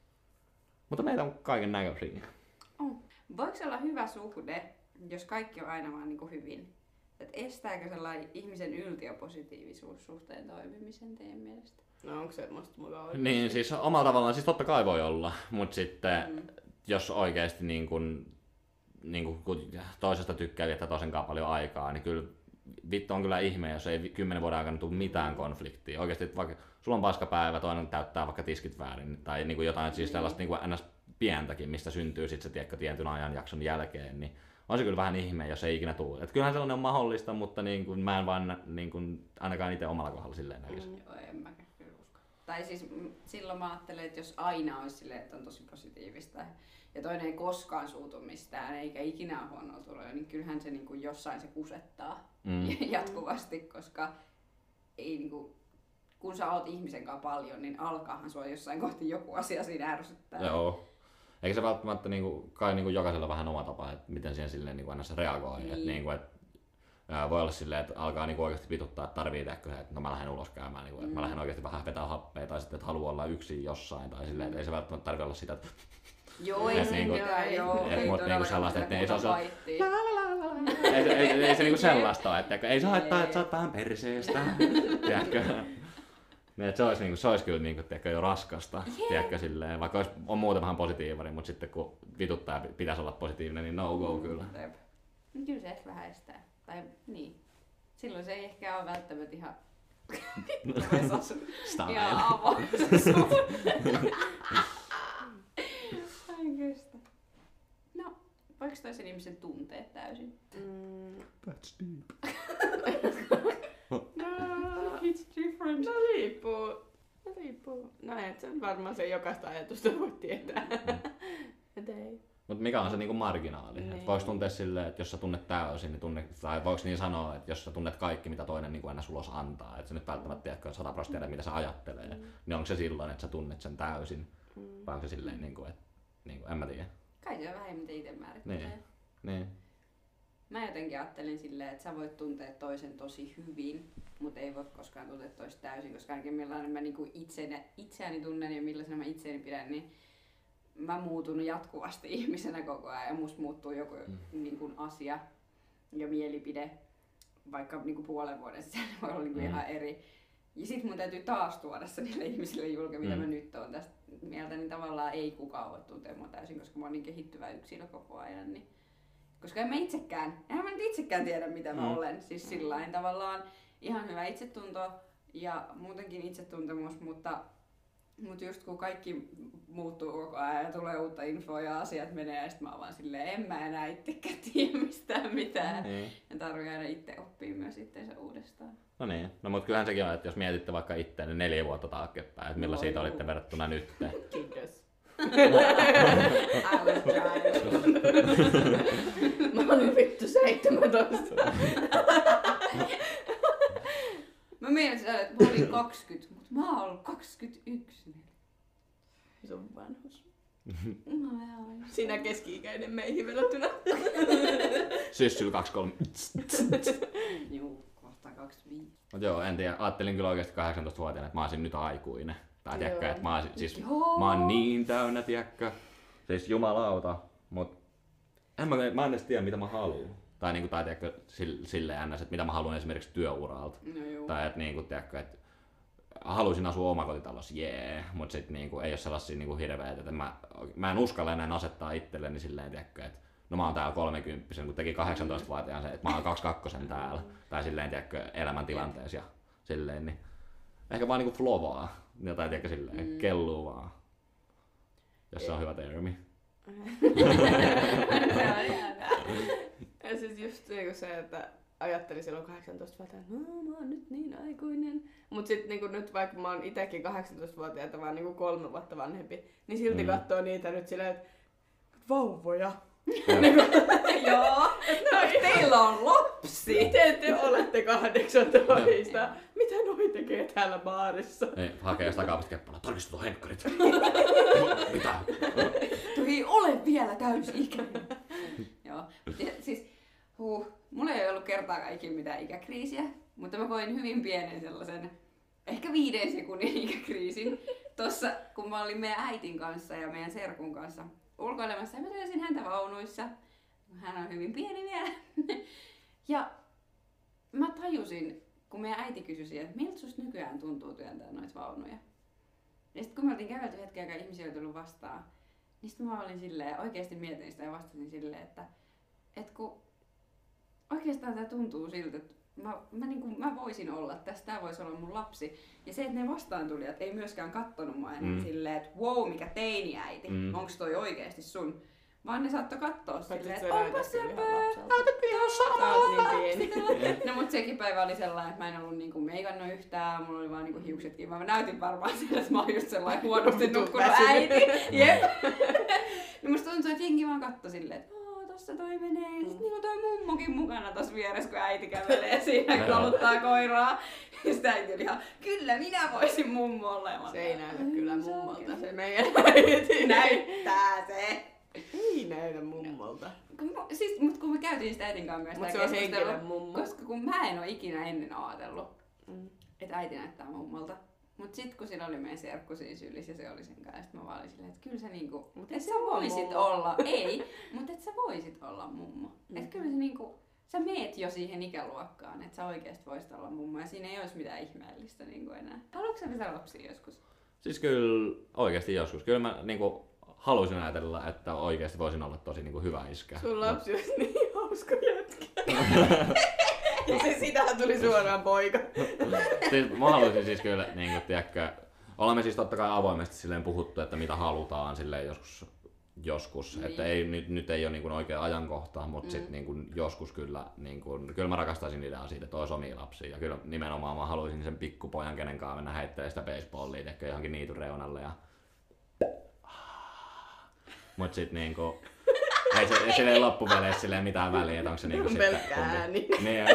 Mutta meitä on kaiken näköisiä. On. Voiko se olla hyvä suhde, jos kaikki on aina vaan niinku hyvin? Et estääkö sellainen ihmisen yltiöpositiivisuus suhteen toimimisen teidän mielestä? No onko se musta mukaan oikein? Niin, siis omalla tavallaan, siis totta kai voi olla, mutta sitten Mm. jos oikeasti niin kun, niin kun, kun toisesta tykkää viettää tosenkaan paljon aikaa, niin kyllä vittu on kyllä ihme, jos ei kymmenen vuoden aikana tule mitään konfliktia. Oikeasti vaikka sulla on paskapäivä, toinen täyttää vaikka tiskit väärin tai niin kuin jotain siis sellaista niin kuin ns. Pientäkin, mistä syntyy sitten se tiekkä tietyn ajanjakson jälkeen, niin on se kyllä vähän ihme, jos ei ikinä tule. Et kyllähän sellainen on mahdollista, mutta niin kuin, mä en vaan niin kuin, ainakaan itse omalla kohdalla silleen näkisi. Mm, joo, en mäkään kyllä usko. Tai siis mm, silloin mä ajattelen, että jos aina olisi silleen, että on tosi positiivista ja toinen ei koskaan suutu mistään eikä ikinä ole huonoa tuloja, niin kyllähän se niin kuin jossain se kusettaa Mm. jatkuvasti, koska ei niin kuin, kun sä oot ihmisen kanssa paljon, niin alkaahan sua jossain kohti joku asia siinä ärsyttää. Joo. Eikä se välttämättä niinku, kai niinku jokaisella vähän oma tapa, että miten siihen silleen niinku aina se reagoi. Niin. Et niinku, et, ää, voi olla silleen, että alkaa niinku oikeasti vituttaa, että tarvii tehdä, että no mä lähden ulos käymään, niinku, että Mm. mä lähden oikeasti vähän vetää happea tai sitten, että haluaa olla yksin jossain tai silleen, että ei se välttämättä tarvitse olla sitä, että Joo, ei Et se niinku- mitään, joo. et ei mut todellakaan niinku sellaista, että ei se mitään ole- fightia. ei, ei, ei, ei se niinku sellaista ole, että ei se haittaa, Ei. että sä oot vähän perseestä, tiedätkö? Niin, että se olisi, niinku, se olisi kyllä niinku, tiedätkö, jo raskasta, tiedätkö, silleen, vaikka olisi, on muuten vähän positiivinen, mutta sitten kun vituttaa ja pitäisi olla positiivinen, niin no go kyllä. Jep. No kyllä se ehkä vähän estää. Tai niin. Silloin se ei ehkä ole välttämättä ihan... Vittu, mä sun Style. ihan avoin se sun. Ai kestä. No, voiko toisen ihmisen tunteet täysin? Mm, That's deep. no, It's different. no riippuu. No riippuu. No et se varmaan se jokaista ajatusta voi tietää. Et ei. Mutta mikä on se niinku marginaali? Niin. Et voiko tuntea silleen, että jos sä tunnet täysin, niin tunne, tai voiko niin sanoa, että jos sä tunnet kaikki, mitä toinen niinku aina ulos antaa, että sä nyt välttämättä tiedätkö sata prosenttia tiedä, mitä se ajattelee, Mm. niin onko se silloin, että sä tunnet sen täysin? Mm. Vai onko se silleen, niinku, että niinku, en mä tiedä. Kai se on vähän miten itse määrittelee. Niin. Niin. Mä jotenkin ajattelin silleen, että sä voit tuntea toisen tosi hyvin, mutta ei voi koskaan tuntea toista täysin, koska ainakin millainen mä niinku itseäni, itseäni tunnen ja millaisena mä itseäni pidän, niin mä muutun jatkuvasti ihmisenä koko ajan ja musta muuttuu joku Mm. niinku asia ja mielipide, vaikka niinku puolen vuoden sisällä voi olla niinku Mm. ihan eri. Ja sit mun täytyy taas tuoda se niille ihmisille julki, mitä Mm. mä nyt oon tästä mieltä, niin tavallaan ei kukaan voi tuntea mua täysin, koska mä oon niin kehittyvä yksilö koko ajan. Niin koska en mä itsekään, enhän mä nyt itsekään tiedä mitä mä Mm. olen. Siis sillain tavallaan ihan hyvä itsetunto ja muutenkin itsetuntemus, mutta, mutta just kun kaikki muuttuu koko ajan ja tulee uutta infoa ja asiat menee ja sit mä oon vaan silleen, en mä enää itsekään tiedä mistään mitään. Niin. Ja tarvii aina itse oppia myös itteensä uudestaan. No niin, no mutta kyllähän sekin on, että jos mietitte vaikka itseänne neljä vuotta taaksepäin, että millä No siitä joo. olitte verrattuna nyt. Kiitos. I was trying. Mä olin vittu seitsemäntoista. Mä mietin, että mä olin kaksikymmentä, mutta mä oon ollut kaksikymmentäyksi. Se on vanhus. No, mä olen. Sinä keski-ikäinen meihin verrattuna. Syssyl kaksikymmentäkolme. Juu, kohta kaksikymmentäviisi. Mut joo, en tiedä, ajattelin kyllä oikeasti kahdeksantoistavuotiaana, että mä olisin nyt aikuinen. Tai tiedätkö, Joo. että mä, olisin, siis, Joo. mä oon niin täynnä, tiedätkö. Siis jumalauta, mut en mä, mä en edes tiedä mitä mä haluun. Tai niinku, tai tiedätkö, sille- silleen ns, että mitä mä haluan esimerkiksi työuralta. No juu. Tai että niinku, tiedätkö, että haluaisin asua omakotitalossa, jee, yeah. Mut sit niinku, ei oo sellaisia niinku hirveitä, että mä, mä en uskalla enää asettaa itselleni silleen, tiedätkö, että no mä oon täällä kolmekymppisen, kun teki kahdeksantoistavuotiaan se, että mä oon kaksikymmentäkaksi täällä. Tai silleen, tiedätkö, elämäntilanteessa ja silleen, niin ehkä vaan niinku flovaa, jotain, tiedätkö, silleen, Mm. kelluu vaan. Jos se on hyvä termi. Se on ihanaa. Ja siis just niinku se, että ajattelin silloin kahdeksantoistavuotiaana, no mä oon nyt niin aikuinen. Mut sit niinku nyt vaikka mä oon itekin kahdeksantoistavuotiaita vaan niinku kolme vuotta vanhempi, niin silti Mm. katsoo niitä nyt silleen, että vauvoja. Joo, no, teillä on lapsi. Miten te olette kahdeksantoista? Mitä noi tekee täällä baarissa? Ei, hakee sitä kaapista keppalaa. Tarkistetaan henkkarit. Mitä? Toi ei ole vielä täysi-ikäinen. Joo, ja siis huh, mulla ei ollut kertaakaan ikinä mitään ikäkriisiä, mutta mä koin hyvin pienen sellaisen, ehkä viiden sekunnin ikäkriisin. Tossa, kun mä olin meidän äitin kanssa ja meidän serkun kanssa ulkoilemassa ja mä löysin häntä vaunuissa. Hän on hyvin pieni vielä. Ja mä tajusin, kun meidän äiti kysyi, että miltä susta nykyään tuntuu työntää noita vaunuja. Ja sitten kun me oltiin kävelty hetken aikaa, ihmisiä oli tullut vastaan, niin sitten mä olin silleen, oikeasti mietin sitä ja vastasin silleen, että, että kun oikeastaan tämä tuntuu siltä, että mä, mä, niin kuin, mä voisin olla tässä, tää voisi olla mun lapsi. Ja se, että ne vastaantulijat ei myöskään kattonut mua enää mm. silleen, että wow, mikä teiniäiti, mm. onko toi oikeasti sun? Vaan ne saattoi katsoa silleen, että onpa sepä, näytätkö ihan samalta. No mut sekin päivä oli sellainen, että mä en ollut niinku meikannut yhtään, mulla oli vaan niinku hiuksetkin, vaan mä näytin varmaan sille, että mä oon just sellainen huonosti nukkunut äiti. Jep. No musta tuntuu, että jengi vaan katsoi silleen, että aah, tossa toi menee. Ja sit niillä on toi mummokin mukana tossa vieressä, kun äiti kävelee siinä, kun taluttaa koiraa. Ja sit äiti oli ihan, kyllä minä voisin mummo olla. Se ei näytä kyllä mummolta se meidän äiti. Näyttää se. Ei näytä mummolta. Kun, siis, mut kun me käytiin sitä äitin kanssa myös tää keskustelu, koska kun mä en oo ikinä ennen ajatellut, mm. että äiti näyttää mummolta. Mut sit kun siinä oli meidän serkku siinä sylissä ja se oli sen kanssa, sit mä vaan olin silleen, että kyllä sä niinku, mut et sä voisit mummo. olla, ei, mut et sä voisit olla mummo. Mm. Et kyllä se niinku, sä meet jo siihen ikäluokkaan, että sä oikeesti voisit olla mummo ja siinä ei ois mitään ihmeellistä niinku enää. Haluatko sä pitää lapsia joskus? Siis kyllä oikeesti joskus. Kyllä mä niinku haluaisin ajatella, että oikeesti voisin olla tosi niinku hyvä iskä. Sun lapsi olisi niin hauska jätkä. Se sitähän tuli suoraan poika. Siis, mä haluaisin siis kyllä, niin tiedätkö, olemme siis totta kai avoimesti silleen puhuttu, että mitä halutaan silleen joskus, joskus. Niin. Että ei, nyt, nyt ei ole niin kuin oikea ajankohta, mutta mm. sitten niin kuin joskus kyllä, niin kuin, kyllä mä rakastaisin ideaa siitä, että olisi omia lapsia. Ja kyllä nimenomaan mä haluaisin sen pikkupojan, kenen kanssa mennä heittelemään sitä baseballia, ehkä johonkin niityn reunalle. Ja... Mut sit niinku... Ei se, sillä ei loppupeleissä silleen mitään väliä, että onko se niinku sitten... Pelkkä ääni. Niin,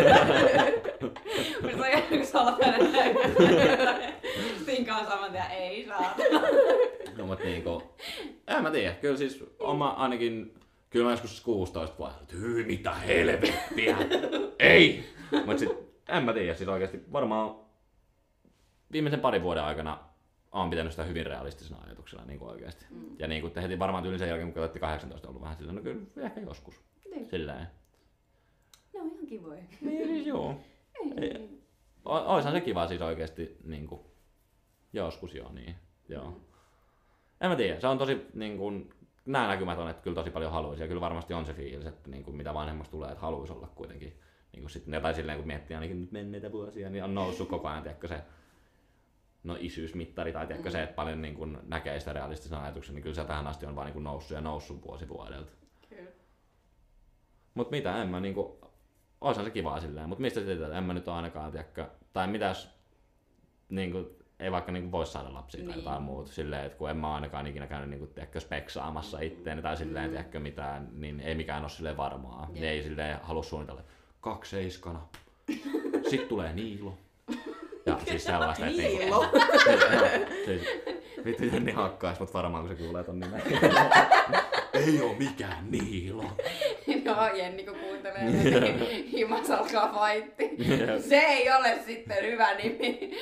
mutta on jäänyt salapäinen näin. Tinka on saman tien, ei saa. No mut niinku... En mä tiedä, kyllä siis oma ainakin... Kyllä mä joskus kuusitoista vuotta, että hyi mitä helvettiä! Ei! Mut sit en mä tiedä, siis oikeesti varmaan viimeisen parin vuoden aikana olen pitänyt sitä hyvin realistisena ajatuksena niin oikeasti. Mm. Ja niin kuin te heti varmaan tyyli sen jälkeen, kun katsoitte kahdeksantoista, ollut vähän silleen, no kyllä ehkä joskus. Niin. Silleen. No ihan kivoja. Niin siis joo. Ei, ei. O- oishan se kiva siis oikeesti niin kuin, joskus joo niin. Joo. Mm. En mä tiedä, se on tosi niin kuin, nämä näkymät on, että kyllä tosi paljon haluaisi ja kyllä varmasti on se fiilis, että niin kuin, mitä vanhemmasta tulee, että haluaisi olla kuitenkin. Niin kuin sitten, tai silleen kun miettii ainakin nyt menneitä vuosia, niin on noussut koko ajan, tiedätkö se no isyysmittari tai tiedätkö mm. se, että paljon niin kun näkee sitä realistisena ajatuksena, niin kyllä se tähän asti on vaan niin kun noussut ja noussut vuosi vuodelta. Kyllä. Mut mitä, en mä niinku, oishan se kivaa silleen, mut mistä sitten, en mä nyt ole ainakaan, tiedätkö, tai mitäs, niinku, ei vaikka niinku vois saada lapsia tai niin. jotain muuta, silleen, että kun en mä ainakaan ikinä käynyt niinku, tiedätkö, speksaamassa itteeni tai silleen, mm. tiedätkö, mitään, niin ei mikään ole silleen varmaa. Yeah. Ei silleen halua suunnitella, kaksi seiskana, sit tulee Niilo. Ja siis sellaista, että Niilo! Siis, vittu Jenni hakkaas mut varmaan, kun se kuulee ton nimen. Ei oo mikään Niilo. Joo, Jenni kun kuuntelee, niin himas alkaa faitti. Se ei ole sitten hyvä nimi.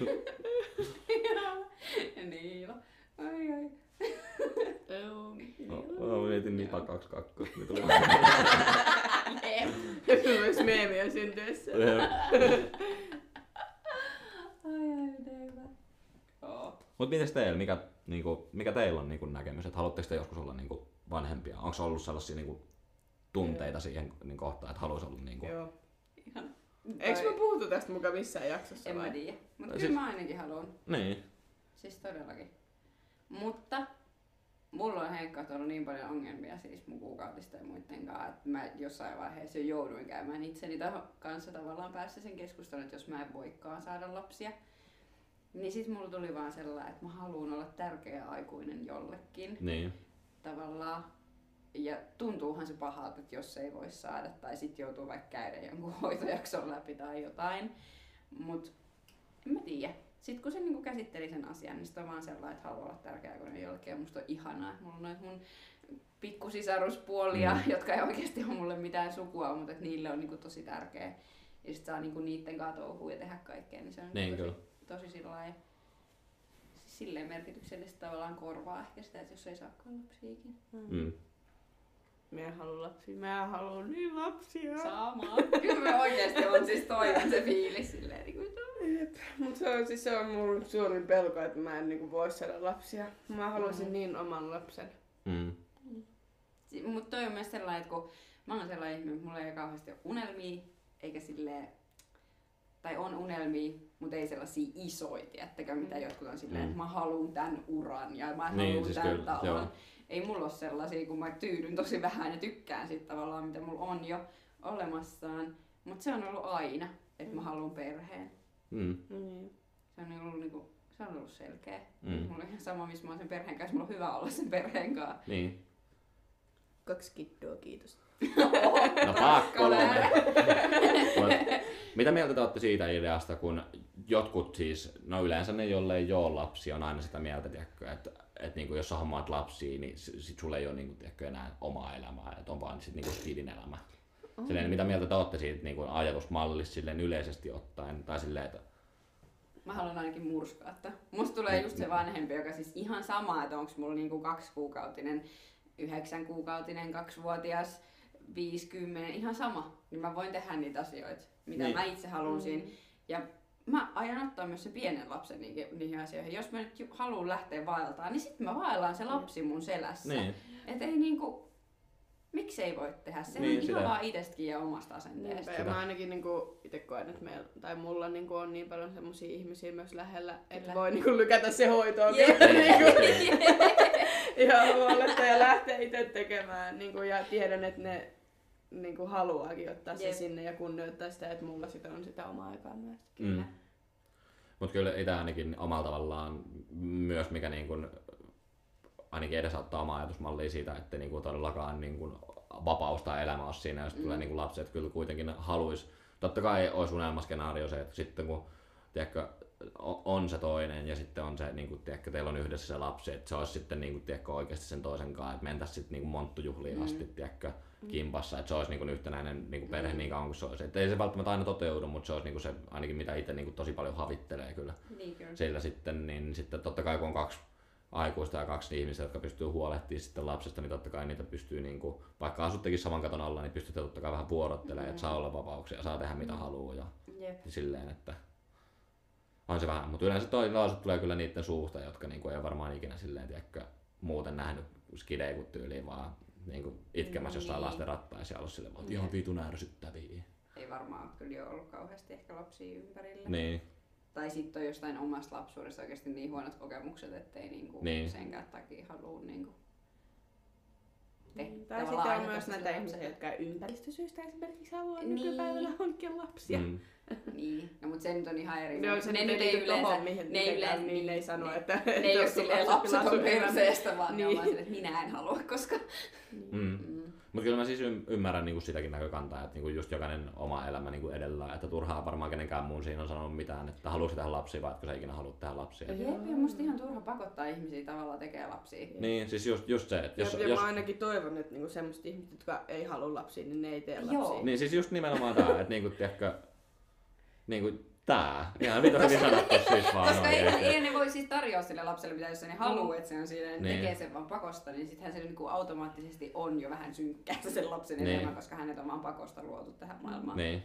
Niilo. Ai ai. Mä mietin Nipa kaksi kakkosta. Kyllä olisi meemiä syntyessä. Ai ai, teivä. Oh. Mut mites teillä, mikä, niinku, mikä teillä on niinku näkemys, että haluatteko te joskus olla niinku vanhempia? Onko ollut sellaisia niinku tunteita siihen niin kohtaan, että haluaisi olla niinku... Joo. Ihan. Eikö me puhuttu tästä mukaan missään jaksossa en vai? En mä tiedä, mutta siis... kyllä mä ainakin haluan. Niin. Siis todellakin. Mutta mulla on Henkka ollut niin paljon ongelmia siis mun kuukautista ja muiden kanssa, että mä jossain vaiheessa jo jouduin käymään itseni taho kanssa tavallaan päässä sen keskustelun, että jos mä en voikaan saada lapsia, niin sit mulla tuli vaan sellainen, että mä haluan olla tärkeä aikuinen jollekin. Niin. Tavallaan. Ja tuntuuhan se pahalta, että jos ei voi saada tai sit joutuu vaikka käydä jonkun hoitojakson läpi tai jotain. Mut en mä tiedä. Sitten kun se niinku käsitteli sen asian, niin sit on vaan sellainen, että haluaa olla tärkeää kuin jollekin. Ja musta on ihanaa, että mulla on noita mun pikkusisaruspuolia, mm. jotka ei oikeasti ole mulle mitään sukua, mutta että niille on niinku tosi tärkeä. Ja sit saa niinku niitten kanssa touhua ja tehdä kaikkea, niin se on niin, tosi, tosi sillain, silleen merkityksellistä tavallaan korvaa ehkä sitä, että jos ei saakaan lapsiakin. Mm. Mä en halua lapsia, mä haluan niin lapsia. Sama. Kyllä me oikeesti on siis toinen se fiilis silleen. Niin kuin... Mut se on, siis se on mun suurin pelko, että mä en niinku voi saada lapsia. Mä haluaisin mm. niin oman lapsen. Mm. Mm. Mut toi on myös sellainen, että kun mä oon sellainen ihminen, että mulla ei kauheasti ole unelmia, eikä silleen, tai on unelmia, mutta ei sellaisia isoja, tiedättekö, mitä jotkut on silleen, Mm. että mä haluun tän uran ja mä Niin, haluun siis tän kyllä, talon. joo. Ei mulla ole sellaisia, kun mä tyydyn tosi vähän ja tykkään siitä tavallaan, mitä mulla on jo olemassaan. Mutta se on ollut aina, että mä haluan perheen. Mm. Mm. Se on ollut, niinku, se on ollut selkeä. Mm. Mulla on ihan sama, missä mä oon sen perheen kanssa. Mulla on hyvä olla sen perheen kanssa. Niin. Kaksi kiddoa, kiitos. No pakko kolme. Mut, mitä mieltä te olette siitä ideasta, kun jotkut siis, no yleensä ne jolle ei ole lapsia, on aina sitä mieltä, tiedätkö, että et niinku jos sä hommaat lapsia, niin sit sulla ei ole niinku, tiedätkö, enää omaa elämää, että on vaan sit niinku skidin elämä. Oh. Silleen, mitä mieltä te olette siitä niinku ajatusmallista silleen yleisesti ottaen, tai silleen, että Mä haluan ainakin murskaata. Musta tulee just se vanhempi, joka siis ihan sama, että onko mulla niinku kaksikuukautinen, yhdeksänkuukautinen, kaksivuotias, viisikymmentä, ihan sama. Niin mä voin tehdä niitä asioita, mitä niin. mä itse halusin. Mm. Ja mä aion ottaa myös sen pienen lapsen niihin, niihin asioihin. Jos mä nyt haluan lähteä vaeltaan, niin sitten mä vaellaan se lapsi mun selässä. niin. Et ei niinku, miksei voi tehdä? Se Niin, on ihan sitä. vaan itsestäkin ja omasta asenteesta. Ja mä ainakin niinku itse koen, että meillä, tai mulla niinku on niin paljon semmosia ihmisiä myös lähellä, että voi niinku lykätä se hoitoon Jep. kyllä niinku ihan huoletta ja lähteä itse tekemään. Niinku, ja tiedän, että ne niinku haluaakin ottaa se Jep. sinne ja kunnioittaa sitä, että mulla sitä on sitä omaa aikaa myös. Mm. Mutta kyllä itse ainakin omalla tavallaan myös, mikä niin kun, ainakin edesauttaa omaa ajatusmallia siitä, että niin kun todellakaan niin kun vapaus tai elämä olisi siinä, jos mm. tulee niin kun lapset, kyllä kuitenkin haluaisi. Totta kai olisi unelmaskenaario se, että sitten kun tiedätkö, on se toinen ja sitten on se, niin kun, tiedätkö, teillä on yhdessä se lapsi, että se olisi sitten niin kun, tiedätkö, oikeasti sen toisen kanssa, että mentäisiin sitten niin monttujuhliin asti, mm. tiedätkö, kimpassa, että se olisi niin yhtenäinen niin perhe mm. niin kauan kuin se olisi. Et ei se välttämättä aina toteudu, mutta se olisi niin se ainakin mitä itse niin tosi paljon havittelee kyllä. Niin, kyllä. Sillä sitten, niin sitten totta kai kun on kaksi aikuista ja kaksi ihmistä, jotka pystyy huolehtimaan sitten lapsesta, niin totta kai niitä pystyy, niin kuin, vaikka asuttekin saman katon alla, niin pystyy totta kai vähän vuorottelemaan, mm. että saa olla vapauksia, saa tehdä mitä mm. haluaa ja Jep. silleen, että on se vähän. Mutta yleensä toi lause tulee kyllä niiden suusta, jotka niin kuin, ei ole varmaan ikinä silleen, tiedätkö, muuten nähnyt skidejä kuin tyyliin, vaan niin kuin itkemässä Niin. jossain lasten rattaissa ja ollut silleen, että ihan vitun ärsyttäviä. Ei varmaan ole kyllä jo ollut kauheasti ehkä lapsia ympärillä. Niin. Tai sitten on jostain omasta lapsuudesta oikeasti niin huonot kokemukset, ettei niinku Niin. senkään takia halua niinku te- Tai tavallaan sitten on aiheuttaa myös sille näitä lapselle. ihmisiä, jotka ympäristösyistä esimerkiksi haluaa Niin. nykypäivänä hankkia lapsia. Mm. Niin, no, mutta se nyt on ihan eri. Ne on se, ne nyt ei yleensä, yleensä, mihin, ne ei yleensä, niin, ne ei sano, ne, että... ne ei ole silleen lapset on perseestä, vaan niin. ne on vaan silleen, että minä en halua, koska... Mm. Mm. Mutta kyllä mä siis y- ymmärrän niinku sitäkin näkökantaa, että niinku just jokainen oma elämä niinku edellä, että turhaa varmaan kenenkään muun siinä on sanonut mitään, että haluaisi tehdä lapsia vai etkö sä ikinä halua tehdä lapsia. Jep, ja musta ihan turha pakottaa ihmisiä tavallaan tekemään lapsia. Niin, siis just, just se, että jos... ja, ja jos mä ainakin toivon, että niinku semmoiset ihmiset, jotka ei halua lapsia, niin ne ei tee Joo. lapsia. niin siis just nimenomaan tää, että niinku tiedätkö, niinku tää, ihan mitä hyvin sanottu siis vaan Koska ei, oikeesti. ei ne voi siis tarjoa sille lapselle mitä, jos ne haluaa, että se on siinä, Niin. niin. tekee sen vaan pakosta, niin sittenhän se niinku automaattisesti on jo vähän synkkää se sen lapsen Niin. elämä, koska hänet on vaan pakosta luotu tähän maailmaan. Niin.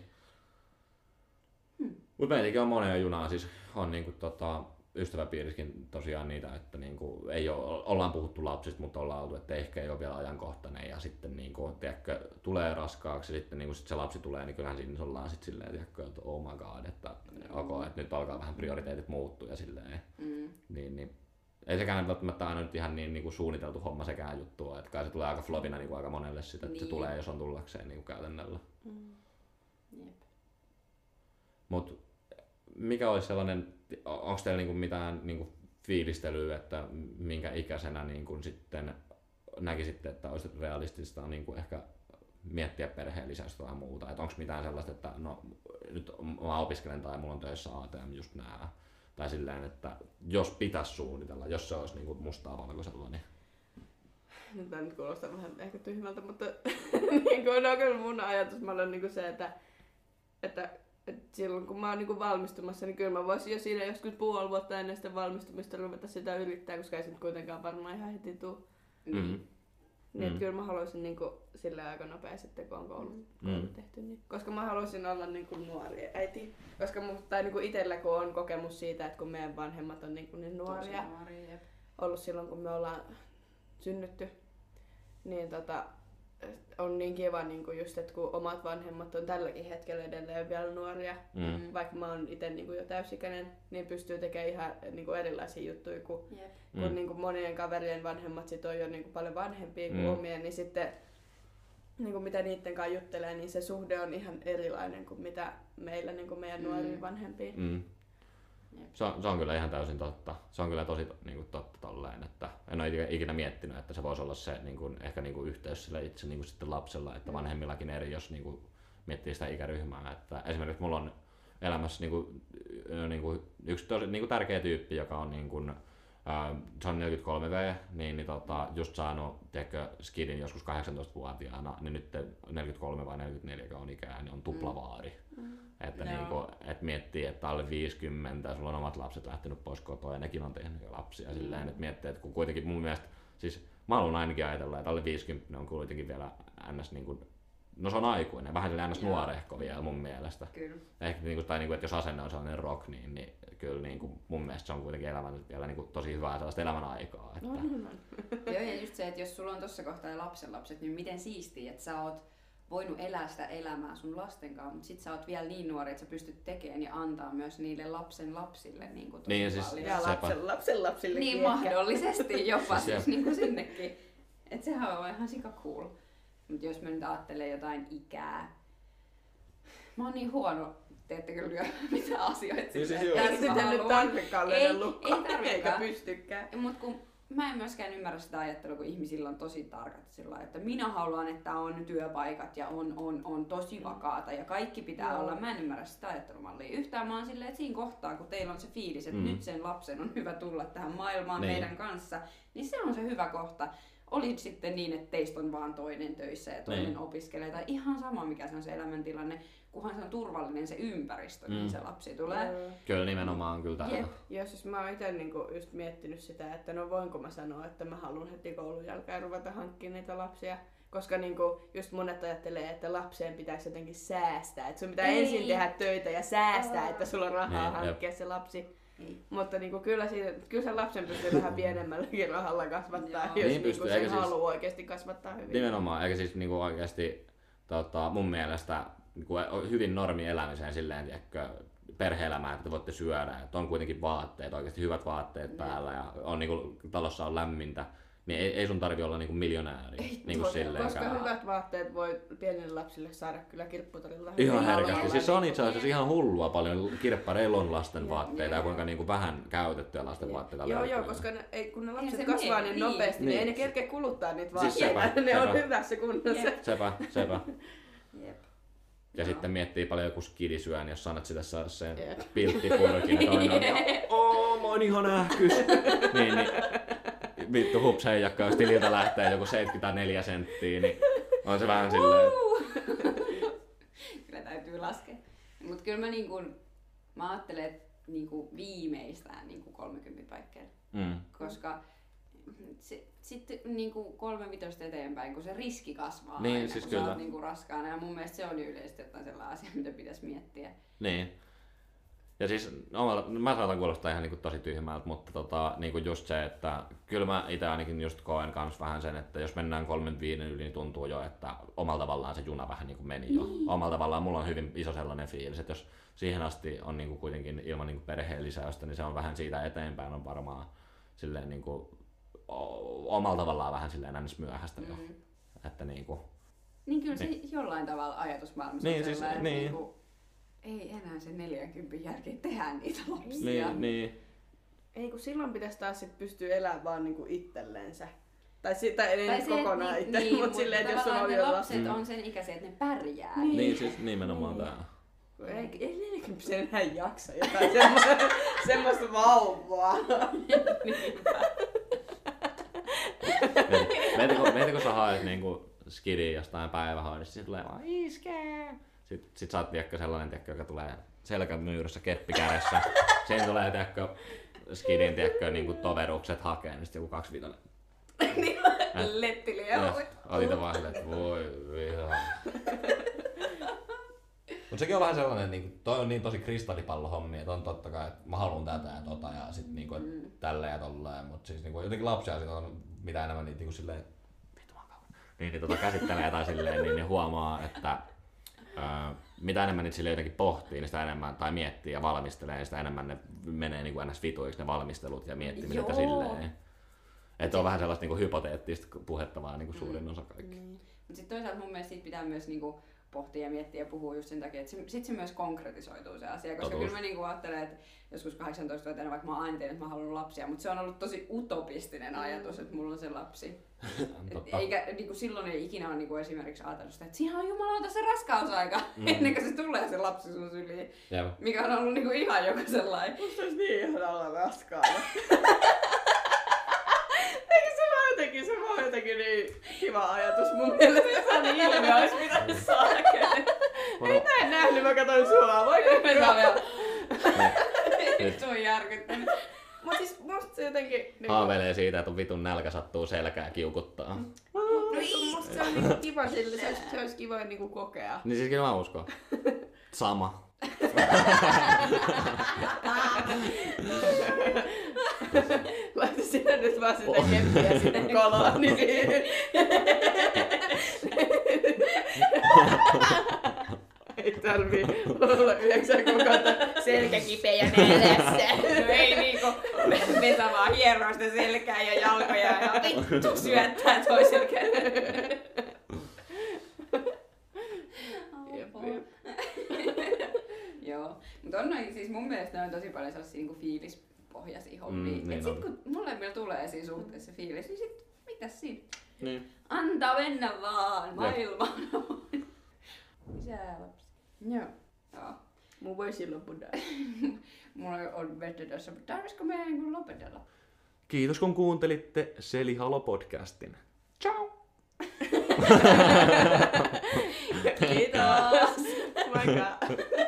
Hmm. Mut meilläkin on moneen junaa, siis on niinku tota, ystäväpiirissäkin tosiaan niitä, että niinku ei oo, ollaan puhuttu lapsista, mutta ollaan oltu, että ehkä ei ole vielä ajankohtainen ja sitten niinku, tiedätkö, tulee raskaaksi ja sitten niinku sit se lapsi tulee, niin kyllähän siinä ollaan sitten silleen, tiedätkö, että oh my god, että okay, että nyt alkaa vähän prioriteetit muuttua ja silleen, Mm. niin, niin ei sekään välttämättä aina nyt ihan niin niinku suunniteltu homma sekään juttu, että kai se tulee aika flopina niinku aika monelle sitä, että Niin. se tulee jos on tullakseen niinku käytännöllä. Mm. Jep. Mut mikä olisi sellainen, onko teillä niinku mitään niinku fiilistelyä, että minkä ikäisenä niinku sitten näkisitte, että olisi realistista niin kuin ehkä miettiä perheen lisäystä tai muuta? Että onko mitään sellaista, että no nyt mä opiskelen tai mulla on töissä A T M just nää. Tai silleen, että jos pitäisi suunnitella, jos se olisi niin kuin mustaa valkoisella, niin... Nyt tämä nyt kuulostaa vähän ehkä tyhmältä, mutta niin kuin, no kyllä mun ajatusmalli on niin kuin se, että, että, että silloin kun mä oon niin kuin valmistumassa, niin kyllä mä voisin jo siinä joskus puoli vuotta ennen sitä valmistumista ruveta sitä yrittää, koska ei se nyt kuitenkaan varmaan ihan heti tuu. Mm-hmm. Niin Mm. kyllä mä haluaisin niinku sille aika nopea sitten, kun on koulu, Mm. koulu tehty. Niin. Koska mä haluaisin olla niinku nuori äiti. Koska mu, tai niinku itsellä kun on kokemus siitä, että kun meidän vanhemmat on niinku niin nuoria, nuoria jep. ollut silloin kun me ollaan synnytty, niin tota, on niin kiva niinku just, että kun omat vanhemmat on tälläkin hetkellä edelleen vielä nuoria, Mm. vaikka mä oon itse niinku jo täysikäinen, niin pystyy tekemään ihan niinku erilaisia juttuja kuin Jep. kun Mm. niinku monien kaverien vanhemmat sit on jo niinku paljon vanhempia kuin Mm. omien, niin sitten niinku mitä niiden kanssa juttelee, niin se suhde on ihan erilainen kuin mitä meillä niinku meidän Mm. nuoriin vanhempiin. Mm. Se on, se on kyllä ihan täysin totta. Se on kyllä tosi niin kuin, totta tolleen, että en ole ikinä- ikinä miettinyt, että se voisi olla se niin kuin, ehkä niin kuin yhteys sillä itse niin kuin sitten lapsella, että vanhemmillakin eri, jos niin kuin, miettii sitä ikäryhmää. Että esimerkiksi mulla on elämässä niin kuin, niin kuin, yksi tosi niin kuin tärkeä tyyppi, joka on niin kuin, ää, se on neljäkymmentäkolme vuotias, niin, niin tota, just saanut tiedätkö, skidin joskus kahdeksantoistavuotiaana, niin nyt neljäkymmentäkolme vai neljäkymmentäneljä on ikää, niin on tuplavaari. Mm. Että Joo. niinku, et miettii, että alle viisikymmentä ja sulla on omat lapset lähtenyt pois kotoa ja nekin on tehnyt jo lapsia. Mm. Silleen, että miettii, että kun kuitenkin mun mielestä, siis mä haluan ainakin ajatella, että alle viisikymmentä on kuitenkin vielä ns. Niin kuin, no se on aikuinen, vähän silleen ns. Joo. Nuorehko vielä mun mielestä. Kyllä. Ehkä, niin kuin, tai niin kuin, että jos asenne on sellainen rock, niin, niin kyllä niin kuin, mun mielestä se on kuitenkin elämän, vielä niin kuin, tosi hyvää sellaista elämän aikaa. Että, No, no, no. Joo, ja just se, että jos sulla on tossa kohtaa lapsenlapset, niin miten siistiä, että sä oot voinut elää sitä elämää sun lasten kanssa, mutta sit sä oot vielä niin nuori, että sä pystyt tekemään ja antaa myös niille lapsen lapsille niin kuin tosi Niin, siis- paljon. Ja Sepä. lapsen, lapsen lapsille Niin mahdollisesti jopa Siis siis niin kuin sinnekin. Et sehän on ihan sika cool. Mutta jos mä nyt ajattelen jotain ikää, mä oon niin huono, te ette kyllä lyö mitään asioita. Siis silleen, joo. että Ei jos mä sitä nyt haluan- tarvikaan Ei- löydä lukkoon, ei tarvikaan. eikä pystykään. Mut kun mä en myöskään ymmärrä sitä ajattelua, kun ihmisillä on tosi tarkat sillä lailla, että minä haluan, että on työpaikat ja on, on, on tosi vakaata ja kaikki pitää Joo. olla. Mä en ymmärrä sitä ajattelumallia yhtään. Mä oon silleen, että siinä kohtaa, kun teillä on se fiilis, että Mm. nyt sen lapsen on hyvä tulla tähän maailmaan Niin. meidän kanssa, niin se on se hyvä kohta. Oli sitten niin, että teistä on vaan toinen töissä ja toinen Niin. opiskelee, tai ihan sama mikä se on se elämäntilanne, kunhan se on turvallinen se ympäristö, Mm. niin se lapsi tulee. Joo. Kyllä nimenomaan kyllä tää. Jep. Joo, siis mä oon ite niinku just miettinyt sitä, että no voinko mä sanoa, että mä haluan heti koulun jälkeen ruveta hankkimaan niitä lapsia. Koska niinku just monet ajattelee, että lapseen pitäisi jotenkin säästää. Että sun pitää Ei. ensin tehdä töitä ja säästää, että sulla on rahaa Niin, hankkia se lapsi. Ei. Mutta niinku kyllä, siitä, kyllä sen lapsen pystyy vähän pienemmälläkin rahalla kasvattaa, Joo. jos Niin niinku pystyy, sen eikä siis- haluaa oikeasti kasvattaa hyvin. Nimenomaan, eikä siis niinku oikeasti tota, mun mielestä niinku, hyvin normi elämiseen silleen, tiedätkö, perhe-elämään, että te voitte syödä, että on kuitenkin vaatteet, oikeasti hyvät vaatteet päällä ja on, niinku, talossa on lämmintä, niin ei, ei sun tarvi olla niinku miljonääri. Ei Niinku todella, silleenkään. Koska hyvät vaatteet voi pienille lapsille saada kyllä kirpputorilta. Ihan hyvin herkästi. halvalla. Siis se on itse asiassa ihan hullua paljon kirppareilla on lasten Joo. vaatteita ja kuinka niinku vähän käytettyä lasten vaatteita Joo, löytyy. joo, koska ne, ei, kun ne Eihän lapset se kasvaa mene, niin niin. nopeasti, niin, Niin. ei ne kerkeä kuluttaa niitä Siis vaatteita. sepä, ne on sepä. hyvässä kunnossa. Jep. Sepä, sepä. Jep. Ja sitten miettii paljon joku skidi syö, niin jos annat sitä saa sen Jep. pilttipurkin, ja toinen on, oo, mä oon ihan ähkys. niin, niin, vittu hups heijakka, jos tililtä lähtee joku seitsemänkymmentäneljä senttiä, niin on se vähän silleen, Kyllä täytyy laskea. Mutta kyllä mä, niinku, mä ajattelen, että niinku viimeistään niinku kolmekymmentä paikkeilla. mm, Koska se, sitten niinku kolme vitosta eteenpäin, kun se riski kasvaa Niin, aina, siis kun kyllä. sä oot niinku raskaana. Ja mun mielestä se on yleisesti jotain sellainen asia, mitä pitäisi miettiä. niin. Ja siis omalla, mä saatan kuulostaa ihan niinku tosi tyhmältä, mutta tota, niinku just se, että kyllä mä itse ainakin just koen kans vähän sen, että jos mennään kolmekymmentäviisi yli, niin tuntuu jo, että omalla tavallaan se juna vähän niinku meni jo. Niin. Omalla tavallaan mulla on hyvin iso sellainen fiilis, että jos siihen asti on niinku kuitenkin ilman niinku perheen lisäystä, niin se on vähän siitä eteenpäin on varmaan silleen niinku o- omalla tavallaan vähän silleen ns. Myöhäistä jo. Mm. Että niinku, Niin kyllä se jollain tavalla ajatusmaailmassa Niin, on siis, sellainen, niin. että niinku, ei enää sen neljänkymmenen jälkeen tehdä niitä lapsia. niin, niin, Ei kun silloin pitäisi taas sit pystyä elämään vaan niinku itsellensä. Tai, si- tai ei Tai nyt se, et kokonaan ni- itse, niin, mutta silleen, että jos on tavallaan ollut ne jo lapset Mm. on sen ikäisiä, että ne pärjää. Niin. Niin siis nimenomaan tää. Ei, ei neljäkymmentä enää jaksa jotain semmoista, semmoista vauvaa. Mietitkö, mietitkö sä haet niinku skidin jostain päivähoidosta, sit tulee vaan iskee. Sit, sit sä oot tiedätkö, sellainen, tiedätkö, joka tulee selkämyyryssä, keppi kädessä. Siinä tulee tiedätkö, skidin tiedätkö, niinku toverukset hakee, niin sit joku kaksivitonen. Lettiliehut. Otit vaan silleen, että voi viha. Mut sekin on vähän sellainen, niinku, toi on niin tosi kristallipallohommi, että on totta kai, että mä haluun tätä ja tota ja sit niinku, et Mm. tälleen ja tolleen, mut siis niinku, jotenkin lapsia sit on mitä enemmän niitä niinku silleen, vittu mä oon kauan. Niin, niin tota käsittelee tai silleen, niin ne huomaa, että ää, mitä enemmän niitä silleen jotenkin pohtii, niin sitä enemmän, tai miettii ja valmistelee, niin sitä enemmän ne menee niinku ns. Vituiksi ne valmistelut ja miettiminen, että Joo. silleen. Että on vähän sellaista niinku hypoteettista puhetta vaan niinku suurin osa kaikki. Mm. Mut sit toisaalta mun mielestä siitä pitää myös niinku pohtia ja miettiä ja puhua just sen takia, että se, sit se myös konkretisoituu se asia, koska Totuus. kyllä mä niinku ajattelen, että joskus kahdeksantoistavuotiaana, vaikka mä oon aina tiennyt, että mä haluan lapsia, mutta se on ollut tosi utopistinen ajatus, että mulla on se lapsi. Et Totta. eikä niinku silloin ei ikinä ole niinku esimerkiksi ajatellut sitä, että siinä on jumalauta se raskausaika, Mm. ennen kuin se tulee se lapsi sun syliin, Jep. mikä on ollut niinku ihan joka sellainen. Musta olisi niin ihana olla raskaana. Eikö se vaan jotenkin, se vaan jotenkin niin kiva ajatus mun mielestä. Se on niin ilme, olisi pitänyt saakeli. Ei näin nähnyt, mä katsoin sua. Voiko Me saa vielä. Nyt. Nyt se on järkyttänyt. Mut siis musta se jotenkin... Niin Haaveilee siitä, että vitun nälkä sattuu selkää ja kiukuttaa. No ei, musta se on niinku kiva sille, se olisi, se olisi kiva niinku kokea. Niin siis kyllä mä uskon. Sama. Laita sinä nyt vaan sitä keppiä sinne kolaan, niin siihen. Ei tarvii olla yhdeksän kuukautta selkäkipeä ja nälässä. No ei niinku, Vesa vaan hieroo sitä selkää ja jalkoja ja vittu syöttää toisella kädellä. Jep, jep. Joo, mutta on noin, siis mun mielestä ne on tosi paljon sellaisia niinku fiilispohjaisia hommia. Mm, niin Et sit on. kun molemmilla tulee siinä suhteessa fiilis, niin sit mitäs siinä? Niin. Antaa mennä vaan maailmaan. Lisää lapsia. Joo. Joo. Mun voi silloin pudata. Mulla on vettä tässä, mutta tarvitsisiko meidän niinku lopetella? Kiitos kun kuuntelitte Selihalo-podcastin. Ciao! Kiitos! Moikka!